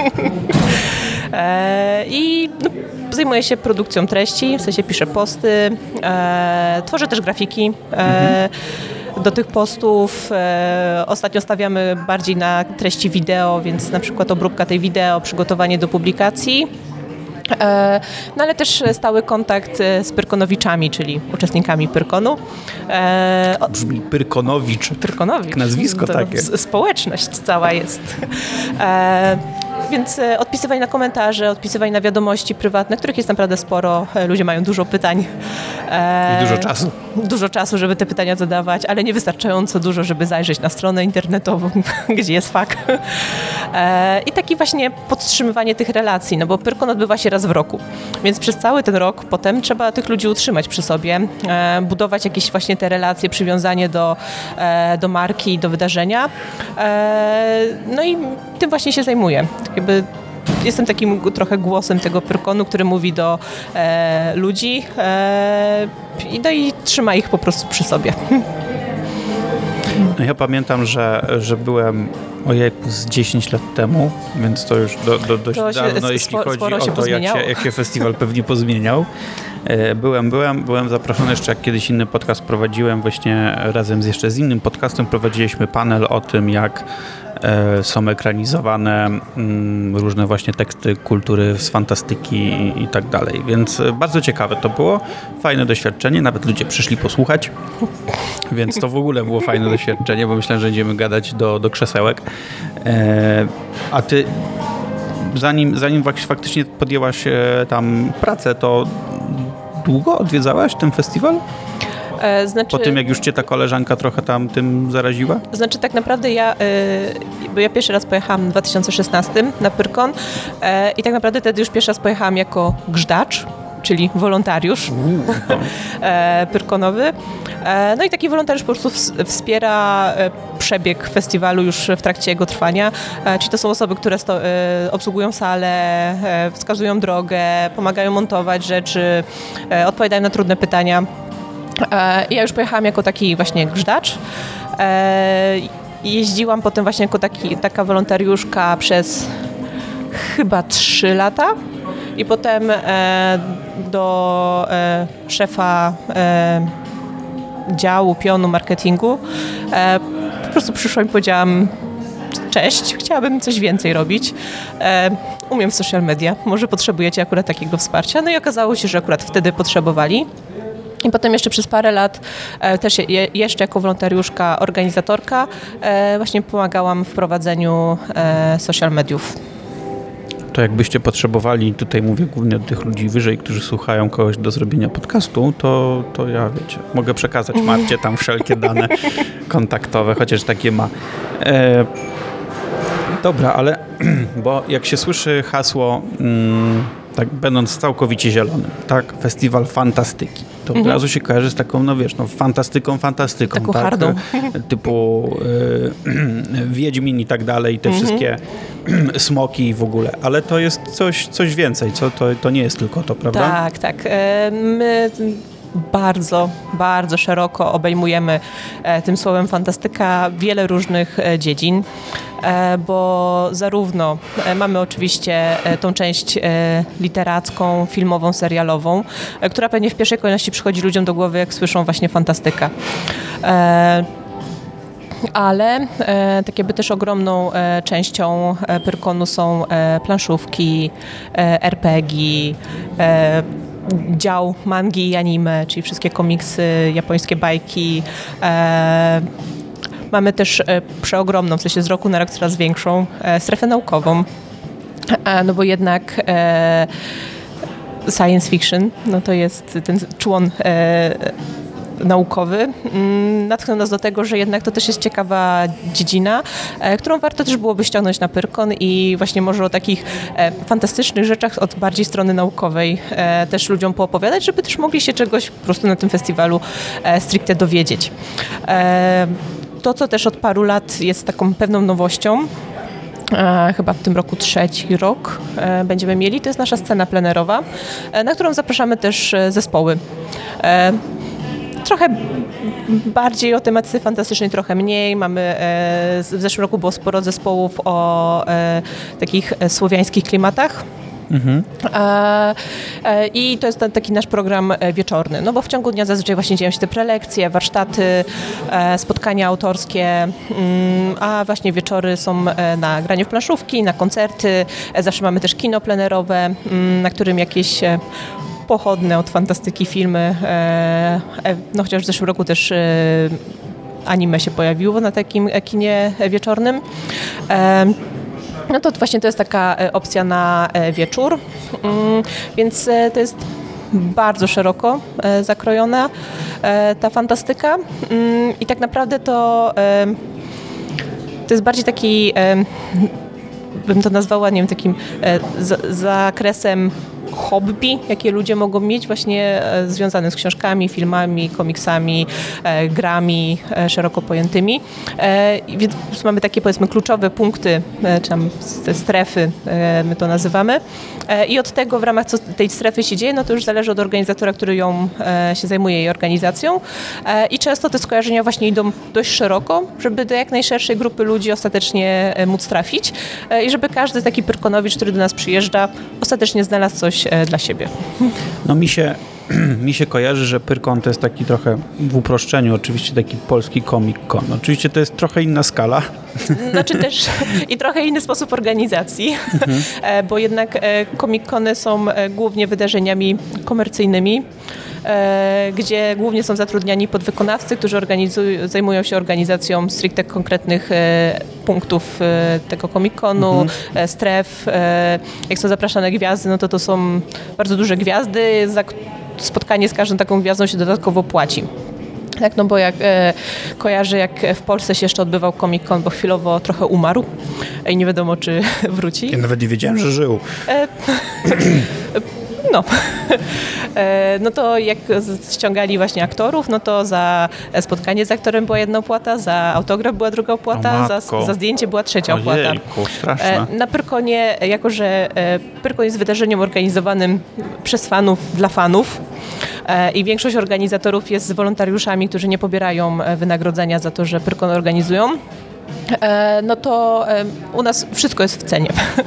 e, I no, zajmuję się produkcją treści, w sensie piszę posty, e, tworzę też grafiki. E, mhm. Do tych postów e, ostatnio stawiamy bardziej na treści wideo, więc na przykład obróbka tej wideo, przygotowanie do publikacji. E, no ale też stały kontakt z Pyrkonowiczami, czyli uczestnikami Pyrkonu. E, Brzmi Pyrkonowicz. Pyrkonowicz. Nazwisko to takie. Społeczność cała jest. E, Więc odpisywanie na komentarze, odpisywanie na wiadomości prywatne, których jest naprawdę sporo. Ludzie mają dużo pytań. I dużo czasu. Dużo czasu, żeby te pytania zadawać, ale nie wystarczająco dużo, żeby zajrzeć na stronę internetową, gdzie jest fakt. I takie właśnie podtrzymywanie tych relacji, no bo Pyrkon odbywa się raz w roku, więc przez cały ten rok potem trzeba tych ludzi utrzymać przy sobie, budować jakieś właśnie te relacje, przywiązanie do, do marki, do wydarzenia. No i tym właśnie się zajmuję. Jakby jestem takim trochę głosem tego Pyrkonu, który mówi do e, ludzi e, i, no i trzyma ich po prostu przy sobie. No ja pamiętam, że, że byłem ojej, z dziesięć lat temu, więc to już do, do, dość to dawno, się, jeśli chodzi o to, jak się, jak się festiwal pewnie pozmieniał. Byłem, byłem, byłem zaproszony jeszcze, jak kiedyś inny podcast prowadziłem, właśnie razem z jeszcze z innym podcastem prowadziliśmy panel o tym, jak e, są ekranizowane m, różne właśnie teksty kultury z fantastyki i, i tak dalej, więc bardzo ciekawe to było, fajne doświadczenie, nawet ludzie przyszli posłuchać, więc to w ogóle było fajne doświadczenie, bo myślałem, że będziemy gadać do, do krzesełek. E, a ty zanim, zanim faktycznie podjęłaś e, tam pracę, to długo odwiedzałaś ten festiwal? E, znaczy, po tym, jak już cię ta koleżanka trochę tam tym zaraziła? Znaczy tak naprawdę ja, y, bo ja pierwszy raz pojechałam w dwa tysiące szesnastym na Pyrkon y, i tak naprawdę wtedy już pierwszy raz pojechałam jako grzdacz, czyli wolontariusz e, pyrkonowy. E, no i taki wolontariusz po prostu wspiera e, przebieg festiwalu już w trakcie jego trwania. E, czyli to są osoby, które sto, e, obsługują salę, e, wskazują drogę, pomagają montować rzeczy, e, odpowiadają na trudne pytania. E, ja już pojechałam jako taki właśnie grzdacz. E, jeździłam potem właśnie jako taki, taka wolontariuszka przez chyba trzy lata. I potem e, do e, szefa e, działu, pionu marketingu e, po prostu przyszłam i powiedziałam: cześć, chciałabym coś więcej robić. E, umiem w social media, może potrzebujecie akurat takiego wsparcia. No i okazało się, że akurat wtedy potrzebowali. I potem jeszcze przez parę lat e, też je, jeszcze jako wolontariuszka, organizatorka e, właśnie pomagałam w prowadzeniu e, social mediów. To jakbyście potrzebowali, tutaj mówię głównie do tych ludzi wyżej, którzy słuchają kogoś do zrobienia podcastu, to, to ja, wiecie, mogę przekazać Marcie tam wszelkie dane kontaktowe, chociaż takie ma. E, dobra, ale bo jak się słyszy hasło, mm, tak będąc całkowicie zielonym, tak, festiwal fantastyki, to mhm. od razu się kojarzy z taką, no wiesz, no fantastyką, fantastyką. Taką tak? hardą. Typu y, Wiedźmin i tak dalej, te mhm. wszystkie smoki w ogóle, ale to jest coś, coś więcej, co? To, to nie jest tylko to, prawda? Tak, tak. My bardzo, bardzo szeroko obejmujemy tym słowem fantastyka wiele różnych dziedzin, bo zarówno mamy oczywiście tą część literacką, filmową, serialową, która pewnie w pierwszej kolejności przychodzi ludziom do głowy, jak słyszą właśnie fantastyka. Ale e, tak jakby też ogromną e, częścią e, Pyrkonu są e, planszówki, e, er pe gie, e, dział mangi i anime, czyli wszystkie komiksy, japońskie bajki. E, mamy też e, przeogromną, w sensie z roku na rok coraz większą, e, strefę naukową, e, no bo jednak e, science fiction, no to jest ten człon e, naukowy, natchnął nas do tego, że jednak to też jest ciekawa dziedzina, którą warto też byłoby ściągnąć na Pyrkon i właśnie może o takich fantastycznych rzeczach od bardziej strony naukowej też ludziom poopowiadać, żeby też mogli się czegoś po prostu na tym festiwalu stricte dowiedzieć. To, co też od paru lat jest taką pewną nowością, E, chyba w tym roku trzeci rok e, będziemy mieli, to jest nasza scena plenerowa, e, na którą zapraszamy też zespoły. E, trochę bardziej o tematyce fantastycznej, trochę mniej. Mamy, w zeszłym roku było sporo zespołów o takich słowiańskich klimatach. Mhm. E, e, I to jest ten, taki nasz program wieczorny, no bo w ciągu dnia zazwyczaj właśnie dzieją się te prelekcje, warsztaty, e, spotkania autorskie, mm, a właśnie wieczory są na granie w planszówki, na koncerty, e, zawsze mamy też kino plenerowe, mm, na którym jakieś e, pochodne od fantastyki filmy, e, e, no chociaż w zeszłym roku też e, anime się pojawiło na takim kinie wieczornym. E, No to właśnie to jest taka opcja na wieczór, więc to jest bardzo szeroko zakrojona ta fantastyka i tak naprawdę to, to jest bardziej taki, bym to nazwała, nie wiem, takim zakresem hobby, jakie ludzie mogą mieć właśnie e, związane z książkami, filmami, komiksami, e, grami e, szeroko pojętymi. E, więc mamy takie, powiedzmy, kluczowe punkty, e, czy tam te strefy, e, my to nazywamy. E, I od tego w ramach co tej strefy się dzieje, no to już zależy od organizatora, który ją e, się zajmuje jej organizacją. E, I często te skojarzenia właśnie idą dość szeroko, żeby do jak najszerszej grupy ludzi ostatecznie e, móc trafić e, i żeby każdy taki Pyrkonowicz, który do nas przyjeżdża, ostatecznie znalazł coś dla siebie. No mi się, mi się kojarzy, że Pyrkon to jest taki trochę w uproszczeniu, oczywiście taki polski Comic-Con. Oczywiście to jest trochę inna skala. Znaczy też i trochę inny sposób organizacji, mhm. bo jednak Comic-Cony są głównie wydarzeniami komercyjnymi, gdzie głównie są zatrudniani podwykonawcy, którzy organizują, zajmują się organizacją stricte konkretnych punktów tego Comic-Conu, mhm. stref. Jak są zapraszane gwiazdy, no to to są bardzo duże gwiazdy. Za spotkanie z każdą taką gwiazdą się dodatkowo płaci. Tak, no bo jak e, kojarzę, jak w Polsce się jeszcze odbywał Comic-Con, bo chwilowo trochę umarł i nie wiadomo, czy wróci. Ja nawet nie wiedziałem, że żył. E, No. no to jak ściągali właśnie aktorów, no to za spotkanie z aktorem była jedna opłata, za autograf była druga opłata, za, za zdjęcie była trzecia opłata. Ojejku, straszne. Na Pyrkonie, jako że Pyrkon jest wydarzeniem organizowanym przez fanów, dla fanów, i większość organizatorów jest wolontariuszami, którzy nie pobierają wynagrodzenia za to, że Pyrkon organizują, no to u nas wszystko jest w cenie.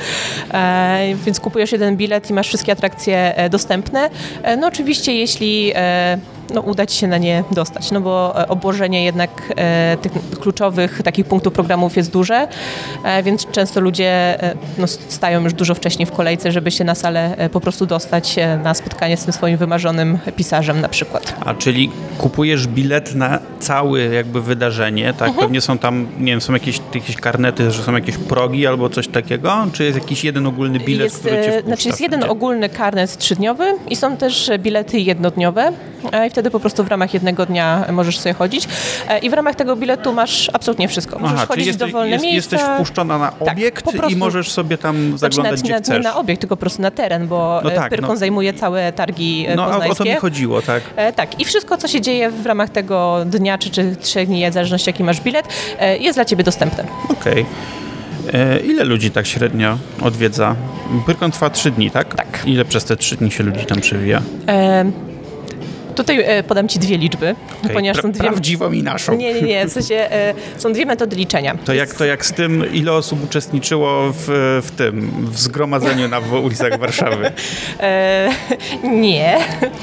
Więc kupujesz jeden bilet i masz wszystkie atrakcje dostępne. No oczywiście, jeśli no, uda ci się na nie dostać, no bo obłożenie jednak tych kluczowych takich punktów programów jest duże, więc często ludzie no, stają już dużo wcześniej w kolejce, żeby się na salę po prostu dostać na spotkanie z tym swoim wymarzonym pisarzem na przykład. A czyli kupujesz bilet na całe jakby wydarzenie, tak? Mhm. Pewnie są tam, nie wiem, są jakieś, jakieś karnety, że są jakieś progi albo coś takiego? Czy jest jakiś jeden ogólny bilet, jest, który cię wpuszcza? Znaczy jest jeden ogólny karnet trzydniowy i są też bilety jednodniowe i wtedy po prostu w ramach jednego dnia możesz sobie chodzić i w ramach tego biletu masz absolutnie wszystko. Możesz Aha, chodzić w dowolne jest, miejsca. Jesteś wpuszczona na obiekt tak, i możesz sobie tam zaglądać, znaczy, gdzie na, chcesz. Nie na obiekt, tylko po prostu na teren, bo no tak, Pyrkon no. zajmuje całe targi no, poznańskie. No o to mi chodziło, tak. E, tak. I wszystko, co się dzieje w ramach tego dnia, czy, czy trzech dni, w zależności jaki masz bilet, e, jest dla ciebie dostępne. Okej. Okay. Ile ludzi tak średnio odwiedza? Pyrkon trwa trzy dni, tak? Tak. Ile przez te trzy dni się ludzi tam przewija? E, tutaj e, podam ci dwie liczby, okay. ponieważ Pra- są dwie... Prawdziwą i naszą. Nie, nie, nie. W sensie e, są dwie metody liczenia. To jak, to jak z tym, ile osób uczestniczyło w, w tym, w zgromadzeniu na ulicach Warszawy? E, nie.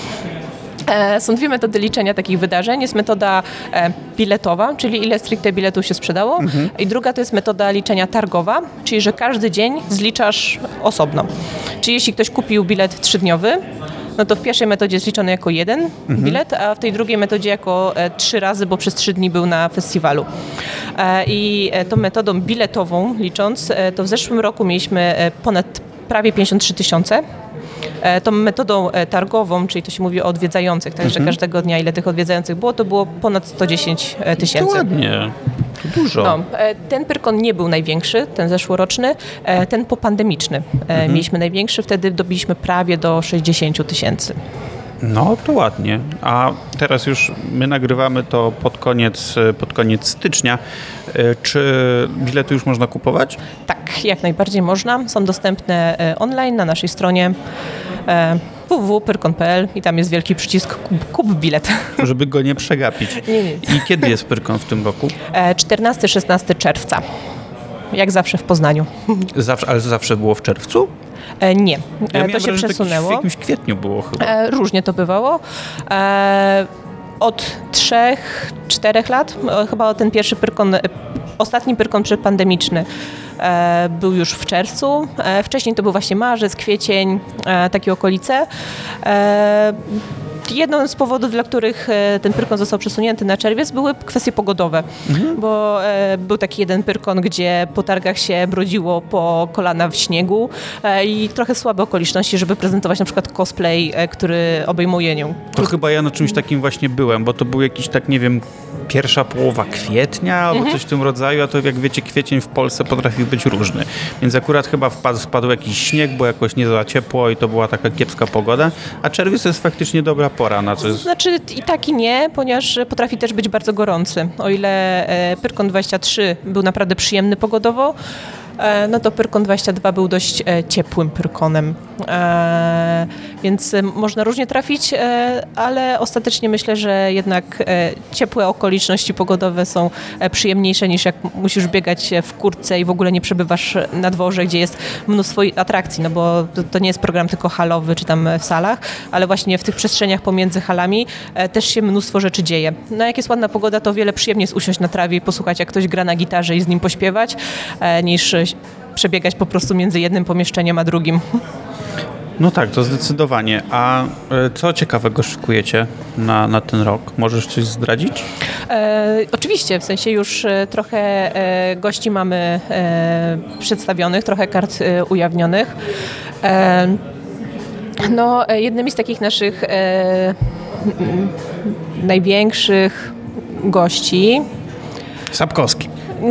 Są dwie metody liczenia takich wydarzeń. Jest metoda biletowa, czyli ile stricte biletów się sprzedało, mhm. i druga to jest metoda liczenia targowa, czyli że każdy dzień zliczasz osobno. Czyli jeśli ktoś kupił bilet trzydniowy, no to w pierwszej metodzie jest liczony jako jeden mhm. bilet, a w tej drugiej metodzie jako e, trzy razy, bo przez trzy dni był na festiwalu. E, I tą metodą biletową licząc, e, to w zeszłym roku mieliśmy e, ponad prawie pięćdziesiąt trzy tysiące. Tą metodą targową, czyli to się mówi o odwiedzających, także mhm. każdego dnia ile tych odwiedzających było, to było ponad sto dziesięć tysięcy. To ładnie, to dużo. No, ten Pyrkon nie był największy, ten zeszłoroczny, ten popandemiczny mhm. mieliśmy największy, wtedy dobiliśmy prawie do sześćdziesiąt tysięcy. No to ładnie, a teraz już my nagrywamy to pod koniec, pod koniec stycznia. Czy bilety już można kupować? Tak, jak najbardziej można. Są dostępne online na naszej stronie. w w w kropka pyrkon kropka p l i tam jest wielki przycisk kup, kup bilet. Żeby go nie przegapić. Nie, nie. I kiedy jest Pyrkon w tym roku? czternastego szesnastego czerwca. Jak zawsze w Poznaniu. Zawsze, ale zawsze było w czerwcu? E, nie, Ja e, to się przesunęło. W jakimś kwietniu było chyba. E, różnie to bywało. E, od trzech, czterech lat, e, chyba ten pierwszy Pyrkon, e, ostatni Pyrkon przedpandemiczny e, był już w czerwcu. E, wcześniej to był właśnie marzec, kwiecień, e, takie okolice. E, Jedną z powodów, dla których ten Pyrkon został przesunięty na czerwiec, były kwestie pogodowe, mhm. bo e, był taki jeden Pyrkon, gdzie po targach się brodziło po kolana w śniegu e, i trochę słabe okoliczności, żeby prezentować na przykład cosplay, e, który obejmuje nią. To chyba ja na czymś takim właśnie byłem, bo to był jakiś tak, nie wiem, pierwsza połowa kwietnia albo mhm. coś w tym rodzaju, a to jak wiecie, kwiecień w Polsce potrafił być różny. Więc akurat chyba wpadł, spadł jakiś śnieg, bo jakoś nie za ciepło i to była taka kiepska pogoda, a czerwiec to jest faktycznie dobra pora na coś. Znaczy i tak i nie, ponieważ potrafi też być bardzo gorący. O ile Pyrkon dwadzieścia trzy był naprawdę przyjemny pogodowo, no to Pyrkon dwadzieścia dwa był dość e, ciepłym Pyrkonem, e, więc można różnie trafić, e, ale ostatecznie myślę, że jednak e, ciepłe okoliczności pogodowe są e, przyjemniejsze niż jak musisz biegać w kurtce i w ogóle nie przebywasz na dworze, gdzie jest mnóstwo atrakcji, no bo to, to nie jest program tylko halowy czy tam w salach, ale właśnie w tych przestrzeniach pomiędzy halami e, też się mnóstwo rzeczy dzieje. No jak jest ładna pogoda, to o wiele przyjemniej jest usiąść na trawie i posłuchać, jak ktoś gra na gitarze i z nim pośpiewać, e, niż przebiegać po prostu między jednym pomieszczeniem a drugim. No tak, to zdecydowanie. A co ciekawego szykujecie na, na ten rok? Możesz coś zdradzić? E, oczywiście, w sensie już trochę e, gości mamy e, przedstawionych, trochę kart e, ujawnionych. E, no, jednymi z takich naszych e, największych gości... Sapkowski.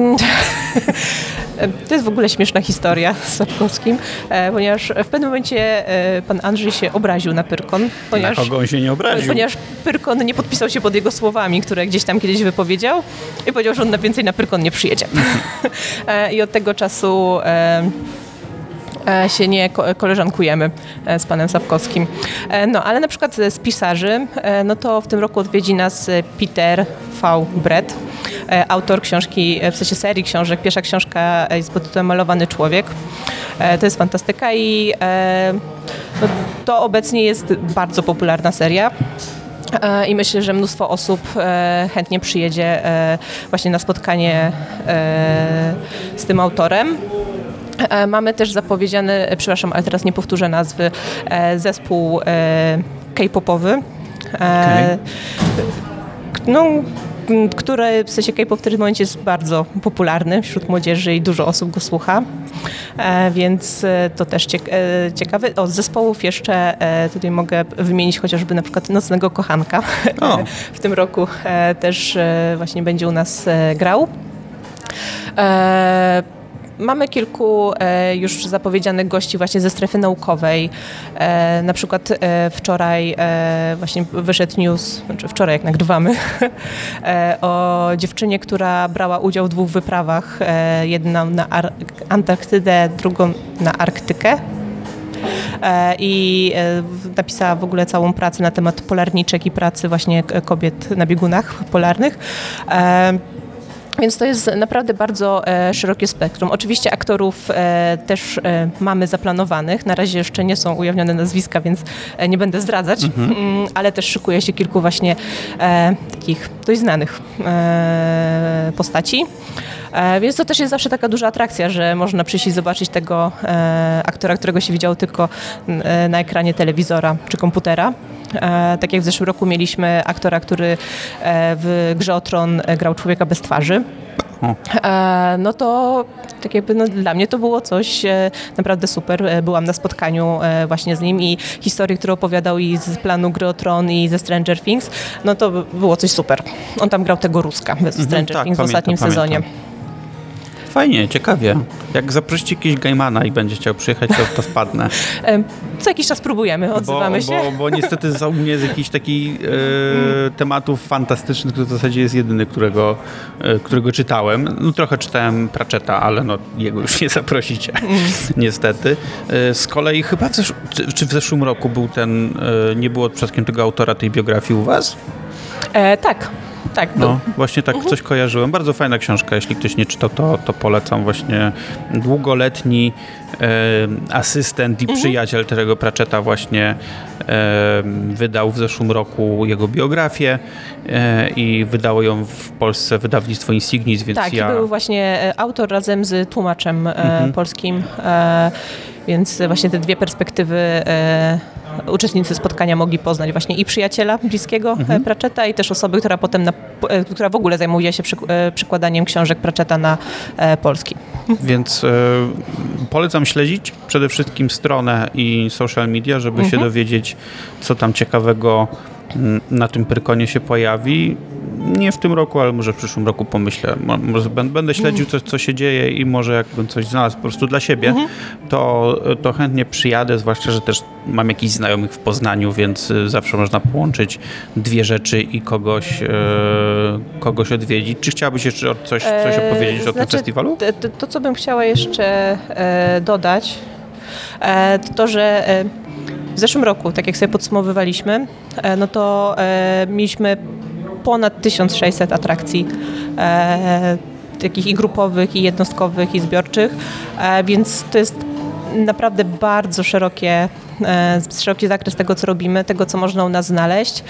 To jest w ogóle śmieszna historia z Sapkowskim, ponieważ w pewnym momencie pan Andrzej się obraził na Pyrkon. Ponieważ, na kogo on się nie obraził? Ponieważ Pyrkon nie podpisał się pod jego słowami, które gdzieś tam kiedyś wypowiedział i powiedział, że on na więcej na Pyrkon nie przyjedzie. I od tego czasu się nie koleżankujemy z panem Sapkowskim. No, ale na przykład z pisarzy, no to w tym roku odwiedzi nas Peter V. Brett, autor książki, w sensie serii książek. Pierwsza książka jest pod tytułem Malowany człowiek. To jest fantastyka i no, to obecnie jest bardzo popularna seria. I myślę, że mnóstwo osób chętnie przyjedzie właśnie na spotkanie z tym autorem. Mamy też zapowiedziany, przepraszam, ale teraz nie powtórzę nazwy, zespół K-popowy. Okay. No, który w sensie K-pop w tym momencie jest bardzo popularny wśród młodzieży i dużo osób go słucha, e, więc to też ciek- e, ciekawe. O, z zespołów jeszcze e, tutaj mogę wymienić chociażby na przykład Nocnego Kochanka. Oh. W tym roku e, też e, właśnie będzie u nas e, grał. E, Mamy kilku e, już zapowiedzianych gości właśnie ze strefy naukowej. E, na przykład e, wczoraj e, właśnie wyszedł news, znaczy wczoraj jak nagrywamy, e, o dziewczynie, która brała udział w dwóch wyprawach. E, jedną na Ar- Antarktydę, drugą na Arktykę. E, I e, napisała w ogóle całą pracę na temat polarniczek i pracy właśnie kobiet na biegunach polarnych. E, Więc to jest naprawdę bardzo e, szerokie spektrum. Oczywiście aktorów e, też e, mamy zaplanowanych. Na razie jeszcze nie są ujawnione nazwiska, więc e, nie będę zdradzać, mhm. mm, ale też szykuje się kilku właśnie e, takich dość znanych e, postaci. E, więc to też jest zawsze taka duża atrakcja, że można przyjść i zobaczyć tego e, aktora, którego się widziało tylko e, na ekranie telewizora czy komputera. E, tak jak w zeszłym roku mieliśmy aktora, który e, w Grze o Tron grał człowieka bez twarzy. E, no to tak jakby no, dla mnie to było coś e, naprawdę super. Byłam na spotkaniu e, właśnie z nim i historie, które opowiadał i z planu Gry o Tron i ze Stranger Things, no to było coś super. On tam grał tego Ruska w Stranger mhm, tak, Things w ostatnim pamiętam, sezonie. Pamiętam. Fajnie, ciekawie. Jak zaprosicie jakiegoś Gaimana i będzie chciał przyjechać, to, to wpadnę. Co jakiś czas próbujemy, odzywamy bo, się. Bo, bo niestety za mnie z jakichś takich e, tematów fantastycznych to w zasadzie jest jedyny, którego, e, którego czytałem. No, trochę czytałem Pratchetta, ale no, jego już nie zaprosicie, mm. niestety. E, z kolei chyba w zesz- czy, czy w zeszłym roku był ten, e, nie było przypadkiem tego autora tej biografii u was? E, tak. Tak, no, właśnie tak uh-huh. coś kojarzyłem. Bardzo fajna książka. Jeśli ktoś nie czytał, to, to polecam. Właśnie długoletni e, asystent i uh-huh. przyjaciel tego Pratchetta właśnie e, wydał w zeszłym roku jego biografię e, i wydało ją w Polsce wydawnictwo Insignis, więc tak, ja... Tak, był właśnie autor razem z tłumaczem e, uh-huh. polskim, e, więc właśnie te dwie perspektywy e, uczestnicy spotkania mogli poznać właśnie i przyjaciela bliskiego mhm. Pratchetta i też osoby, która potem, na, która w ogóle zajmuje się przekładaniem książek Pratchetta na e, polski. Więc e, polecam śledzić przede wszystkim stronę i social media, żeby mhm. się dowiedzieć, co tam ciekawego na tym Pyrkonie się pojawi. Nie w tym roku, ale może w przyszłym roku pomyślę. Może będę śledził, co, co się dzieje i może jakbym coś znalazł po prostu dla siebie, mhm. to, to chętnie przyjadę, zwłaszcza, że też mam jakichś znajomych w Poznaniu, więc zawsze można połączyć dwie rzeczy i kogoś, e, kogoś odwiedzić. Czy chciałabyś jeszcze coś, coś opowiedzieć eee, o znaczy, tym festiwalu? To, to, co bym chciała jeszcze e, dodać, e, to to, że e, w zeszłym roku, tak jak sobie podsumowywaliśmy, e, no to e, mieliśmy ponad tysiąc sześćset atrakcji, e, takich i grupowych, i jednostkowych, i zbiorczych, e, więc to jest naprawdę bardzo szerokie, e, szeroki zakres tego, co robimy, tego, co można u nas znaleźć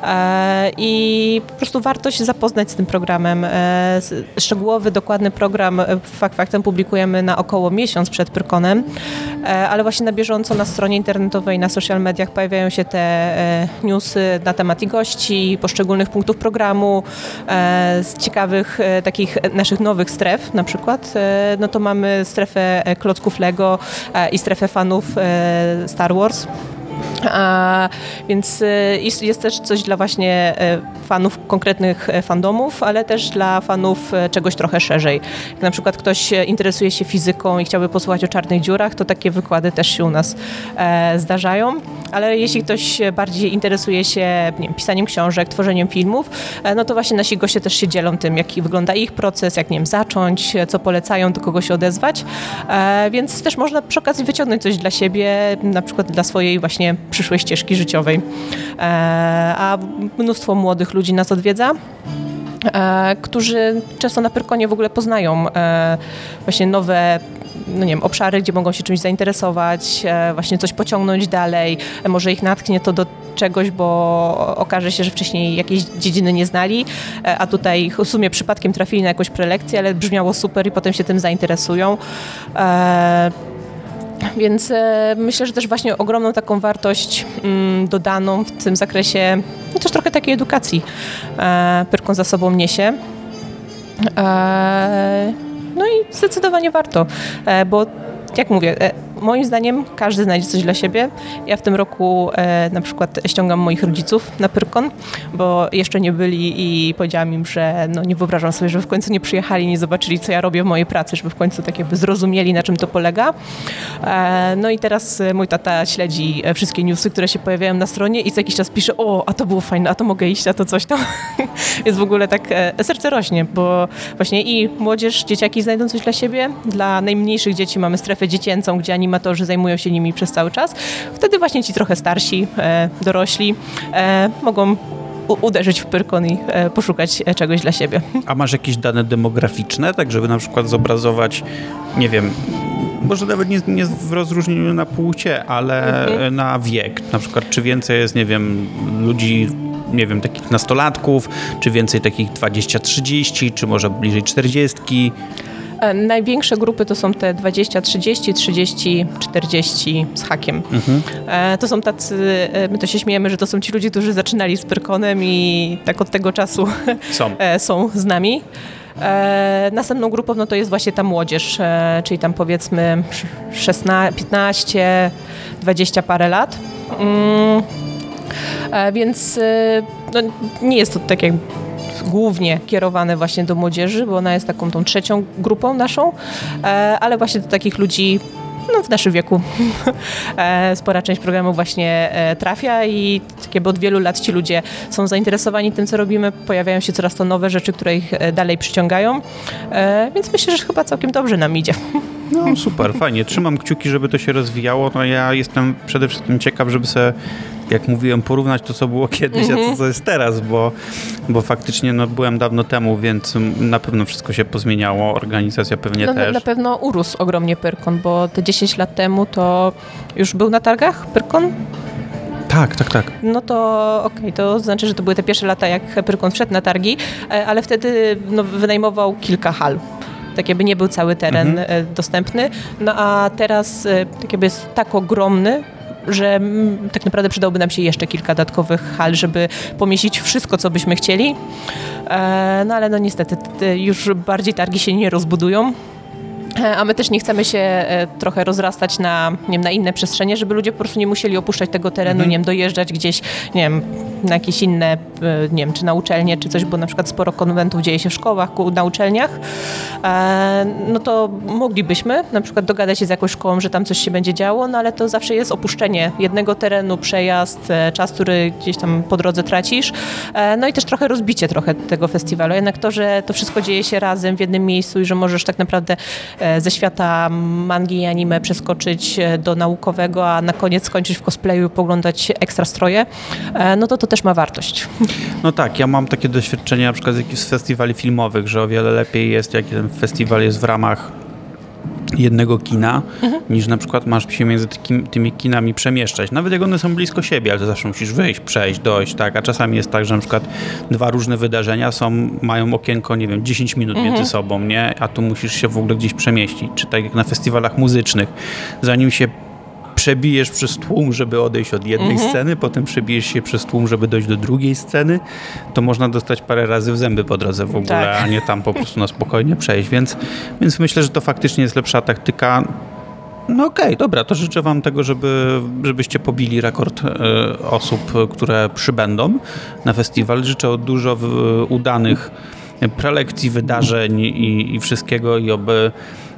e, i po prostu warto się zapoznać z tym programem. E, szczegółowy, dokładny program fakt faktem publikujemy na około miesiąc przed Pyrkonem, e, ale właśnie na bieżąco na stronie internetowej, na social mediach pojawiają się te e, newsy na temat i gości, poszczególnych punktów programu, e, z ciekawych e, takich naszych nowych stref na przykład, e, no to mamy strefę klocków Lego e, i strefę fanów e, Star Wars. A, więc jest, jest też coś dla właśnie fanów konkretnych fandomów, ale też dla fanów czegoś trochę szerzej. Jak na przykład ktoś interesuje się fizyką i chciałby posłuchać o czarnych dziurach, to takie wykłady też się u nas e, zdarzają. Ale jeśli ktoś bardziej interesuje się nie wiem, pisaniem książek, tworzeniem filmów, e, no to właśnie nasi goście też się dzielą tym, jaki wygląda ich proces, jak nie wiem, zacząć, co polecają, do kogo się odezwać. E, więc też można przy okazji wyciągnąć coś dla siebie, na przykład dla swojej właśnie przyszłej ścieżki życiowej. E, a mnóstwo młodych ludzi nas odwiedza, e, którzy często na Pyrkonie w ogóle poznają e, właśnie nowe no nie wiem, obszary, gdzie mogą się czymś zainteresować, e, właśnie coś pociągnąć dalej, e, może ich natchnie to do czegoś, bo okaże się, że wcześniej jakiejś dziedziny nie znali, e, a tutaj w sumie przypadkiem trafili na jakąś prelekcję, ale brzmiało super i potem się tym zainteresują. E, Więc e, myślę, że też właśnie ogromną taką wartość mm, dodaną w tym zakresie, no też trochę takiej edukacji e, Pyrkon za sobą niesie. E, no i zdecydowanie warto, e, bo jak mówię, e, moim zdaniem każdy znajdzie coś dla siebie. Ja w tym roku e, na przykład ściągam moich rodziców na Pyrkon, bo jeszcze nie byli i powiedziałam im, że no, nie wyobrażam sobie, żeby w końcu nie przyjechali, nie zobaczyli, co ja robię w mojej pracy, żeby w końcu tak jakby zrozumieli, na czym to polega. E, no i teraz mój tata śledzi wszystkie newsy, które się pojawiają na stronie i co jakiś czas pisze, o, a to było fajne, a to mogę iść, a to coś tam. Więc w ogóle tak e, serce rośnie, bo właśnie i młodzież, dzieciaki znajdą coś dla siebie. Dla najmniejszych dzieci mamy strefę dziecięcą, gdzie animatorzy zajmują się nimi przez cały czas. Wtedy właśnie ci trochę starsi, e, dorośli e, mogą u- uderzyć w Pyrkon i e, poszukać czegoś dla siebie. A masz jakieś dane demograficzne, tak żeby na przykład zobrazować, nie wiem, może nawet nie, nie w rozróżnieniu na płcie, ale mhm. na wiek. Na przykład czy więcej jest, nie wiem, ludzi, nie wiem, takich nastolatków, czy więcej takich dwadzieścia trzydzieści, czy może bliżej czterdzieści? Największe grupy to są te dwadzieścia trzydzieści, trzydzieści czterdzieści z hakiem. Mhm. To są tacy, my to się śmiejemy, że to są ci ludzie, którzy zaczynali z Pyrkonem i tak od tego czasu są, są z nami. Następną grupą no to jest właśnie ta młodzież, czyli tam powiedzmy szesnaście, piętnaście, dwadzieścia parę lat. Więc no, nie jest to tak jak głównie kierowane właśnie do młodzieży, bo ona jest taką tą trzecią grupą naszą, ale właśnie do takich ludzi no, w naszym wieku. Spora część programu właśnie trafia i tak jakby od wielu lat ci ludzie są zainteresowani tym, co robimy. Pojawiają się coraz to nowe rzeczy, które ich dalej przyciągają, więc myślę, że chyba całkiem dobrze nam idzie. No super, fajnie. Trzymam kciuki, żeby to się rozwijało. No ja jestem przede wszystkim ciekaw, żeby sobie, jak mówiłem, porównać to, co było kiedyś, mm-hmm. a to, co jest teraz, bo, bo faktycznie no, byłem dawno temu, więc na pewno wszystko się pozmieniało, organizacja pewnie no, też. Na pewno urósł ogromnie Pyrkon, bo te dziesięć lat temu to już był na targach Pyrkon? Tak, tak, tak. No to okej, okay, to znaczy, że to były te pierwsze lata, jak Pyrkon wszedł na targi, ale wtedy no, wynajmował kilka hal. Tak jakby nie był cały teren mhm. dostępny, no a teraz tak jakby jest tak ogromny, że tak naprawdę przydałoby nam się jeszcze kilka dodatkowych hal, żeby pomieścić wszystko, co byśmy chcieli. No ale no niestety już bardziej targi się nie rozbudują. A my też nie chcemy się trochę rozrastać na, nie wiem, na inne przestrzenie, żeby ludzie po prostu nie musieli opuszczać tego terenu, mhm. nie wiem, dojeżdżać gdzieś, nie wiem, na jakieś inne, nie wiem, czy na uczelnie, czy coś, bo na przykład sporo konwentów dzieje się w szkołach, na uczelniach, no to moglibyśmy na przykład dogadać się z jakąś szkołą, że tam coś się będzie działo, no ale to zawsze jest opuszczenie jednego terenu, przejazd, czas, który gdzieś tam po drodze tracisz, no i też trochę rozbicie trochę tego festiwalu. Jednak to, że to wszystko dzieje się razem w jednym miejscu i że możesz tak naprawdę ze świata mangi i anime przeskoczyć do naukowego, a na koniec skończyć w cosplayu i poglądać ekstra stroje, no to to też ma wartość. No tak, ja mam takie doświadczenie na przykład z jakichś festiwali filmowych, że o wiele lepiej jest, jak ten festiwal jest w ramach jednego kina, mhm. niż na przykład masz się między tymi, tymi kinami przemieszczać. Nawet jak one są blisko siebie, ale to zawsze musisz wyjść, przejść, dojść, tak? A czasami jest tak, że na przykład dwa różne wydarzenia są, mają okienko, nie wiem, dziesięć minut mhm. między sobą, nie? A tu musisz się w ogóle gdzieś przemieścić. Czy tak jak na festiwalach muzycznych. Zanim się przebijesz przez tłum, żeby odejść od jednej mhm. sceny, potem przebijesz się przez tłum, żeby dojść do drugiej sceny, to można dostać parę razy w zęby po drodze w ogóle, tak. a nie tam po prostu na spokojnie przejść. Więc, więc myślę, że to faktycznie jest lepsza taktyka. No okej, okay, dobra, to życzę wam tego, żeby, żebyście pobili rekord y, osób, które przybędą na festiwal. Życzę dużo w, udanych prelekcji, wydarzeń i, i wszystkiego i oby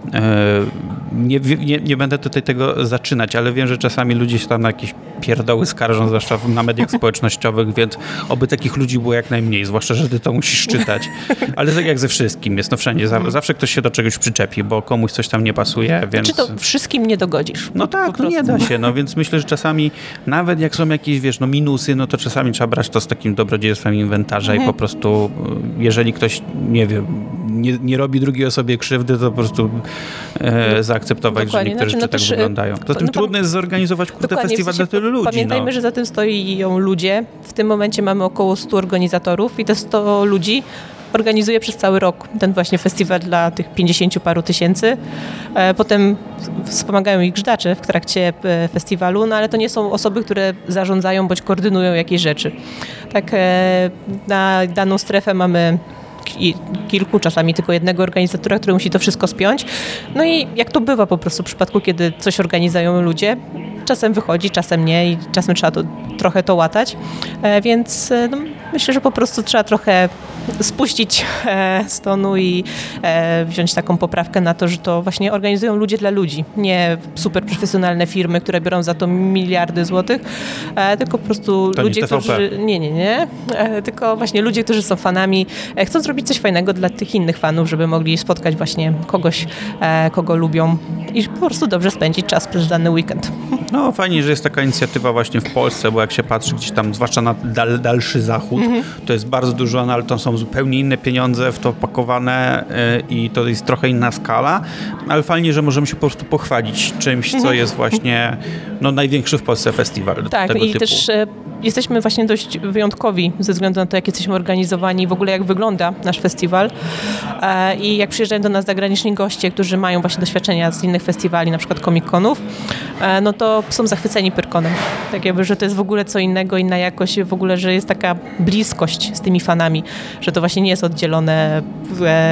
Nie, nie, nie będę tutaj tego zaczynać, ale wiem, że czasami ludzie się tam na jakieś pierdoły skarżą, zwłaszcza na mediach społecznościowych, więc oby takich ludzi było jak najmniej, zwłaszcza, że ty to musisz czytać. Ale tak jak ze wszystkim jest, no wszędzie, zawsze ktoś się do czegoś przyczepi, bo komuś coś tam nie pasuje, więc... Czy to wszystkim nie dogodzisz? No tak, no nie da się, no więc myślę, że czasami nawet jak są jakieś, wiesz, no minusy, no to czasami trzeba brać to z takim dobrodziejstwem inwentarza mhm. i po prostu, jeżeli ktoś, nie wiem, nie, nie robi drugiej osobie krzywdy, to po prostu e, zaakceptować, Dokładnie. że niektóre znaczy, rzeczy no tak wyglądają. To tym no, trudno jest zorganizować kurde festiwal dla tylu ludzi. Pamiętajmy, no. że za tym stoją ludzie. W tym momencie mamy około stu organizatorów i te sto ludzi organizuje przez cały rok ten właśnie festiwal dla tych pięćdziesięciu paru tysięcy. Potem wspomagają ich grzdacze w trakcie festiwalu, no ale to nie są osoby, które zarządzają bądź koordynują jakieś rzeczy. Tak, na daną strefę mamy kilku, czasami tylko jednego organizatora, który musi to wszystko spiąć. No i jak to bywa po prostu w przypadku, kiedy coś organizują ludzie, czasem wychodzi, czasem nie i czasem trzeba to, trochę to łatać, e, więc no, myślę, że po prostu trzeba trochę spuścić e, z tonu i e, wziąć taką poprawkę na to, że to właśnie organizują ludzie dla ludzi, nie super profesjonalne firmy, które biorą za to miliardy złotych, e, tylko po prostu to ludzie, nie którzy... Nie, nie, nie. E, tylko właśnie ludzie, którzy są fanami, e, chcą zrobić coś fajnego dla tych innych fanów, żeby mogli spotkać właśnie kogoś, e, kogo lubią i po prostu dobrze spędzić czas przez dany weekend. No fajnie, że jest taka inicjatywa właśnie w Polsce, bo jak się patrzy gdzieś tam, zwłaszcza na dal, dalszy zachód, mm-hmm. to jest bardzo dużo, no, ale to są zupełnie inne pieniądze w to wpakowane yy, i to jest trochę inna skala, ale fajnie, że możemy się po prostu pochwalić czymś, mm-hmm. co jest właśnie no, największy w Polsce festiwal tak, tego i typu. też e, jesteśmy właśnie dość wyjątkowi ze względu na to, jak jesteśmy organizowani i w ogóle jak wygląda nasz festiwal. E, I jak przyjeżdżają do nas zagraniczni goście, którzy mają właśnie doświadczenia z innych festiwali, na przykład Comic-Conów, e, no to są zachwyceni Pyrkonem. Tak jakby, że to jest w ogóle co innego, inna jakość, w ogóle, że jest taka bliskość z tymi fanami, że to właśnie nie jest oddzielone e,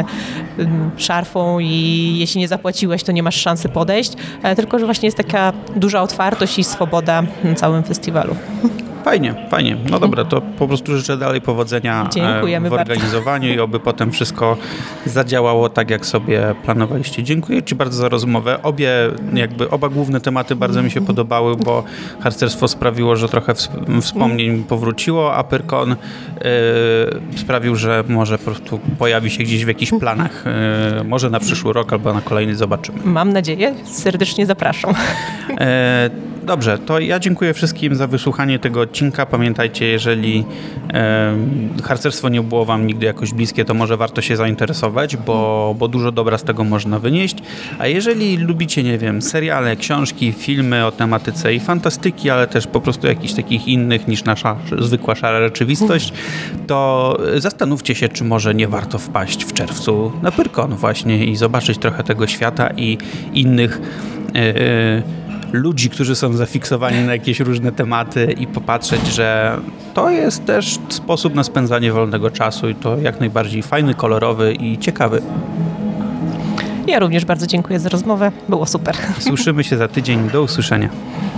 szarfą i jeśli nie zapłaciłeś, to nie masz szansy podejść, e, tylko, że właśnie jest taka duża otwartość i swoboda na całym festiwalu. Fajnie, fajnie. No dobra, to po prostu życzę dalej powodzenia Dziękujemy w organizowaniu bardzo. I oby potem wszystko zadziałało tak, jak sobie planowaliście. Dziękuję Ci bardzo za rozmowę. Obie, jakby oba główne tematy bardzo mi się podobały, bo harcerstwo sprawiło, że trochę wspomnień powróciło, a Pyrkon yy, sprawił, że może po prostu pojawi się gdzieś w jakichś planach. Yy, może na przyszły rok albo na kolejny, zobaczymy. Mam nadzieję. Serdecznie zapraszam. Yy, Dobrze, to ja dziękuję wszystkim za wysłuchanie tego odcinka. Pamiętajcie, jeżeli e, harcerstwo nie było wam nigdy jakoś bliskie, to może warto się zainteresować, bo, bo dużo dobra z tego można wynieść. A jeżeli lubicie, nie wiem, seriale, książki, filmy o tematyce i fantastyki, ale też po prostu jakichś takich innych niż nasza zwykła szara rzeczywistość, to zastanówcie się, czy może nie warto wpaść w czerwcu na Pyrkon właśnie i zobaczyć trochę tego świata i innych e, e, ludzi, którzy są zafiksowani na jakieś różne tematy i popatrzeć, że to jest też sposób na spędzanie wolnego czasu i to jak najbardziej fajny, kolorowy i ciekawy. Ja również bardzo dziękuję za rozmowę. Było super. Słyszymy się za tydzień. Do usłyszenia.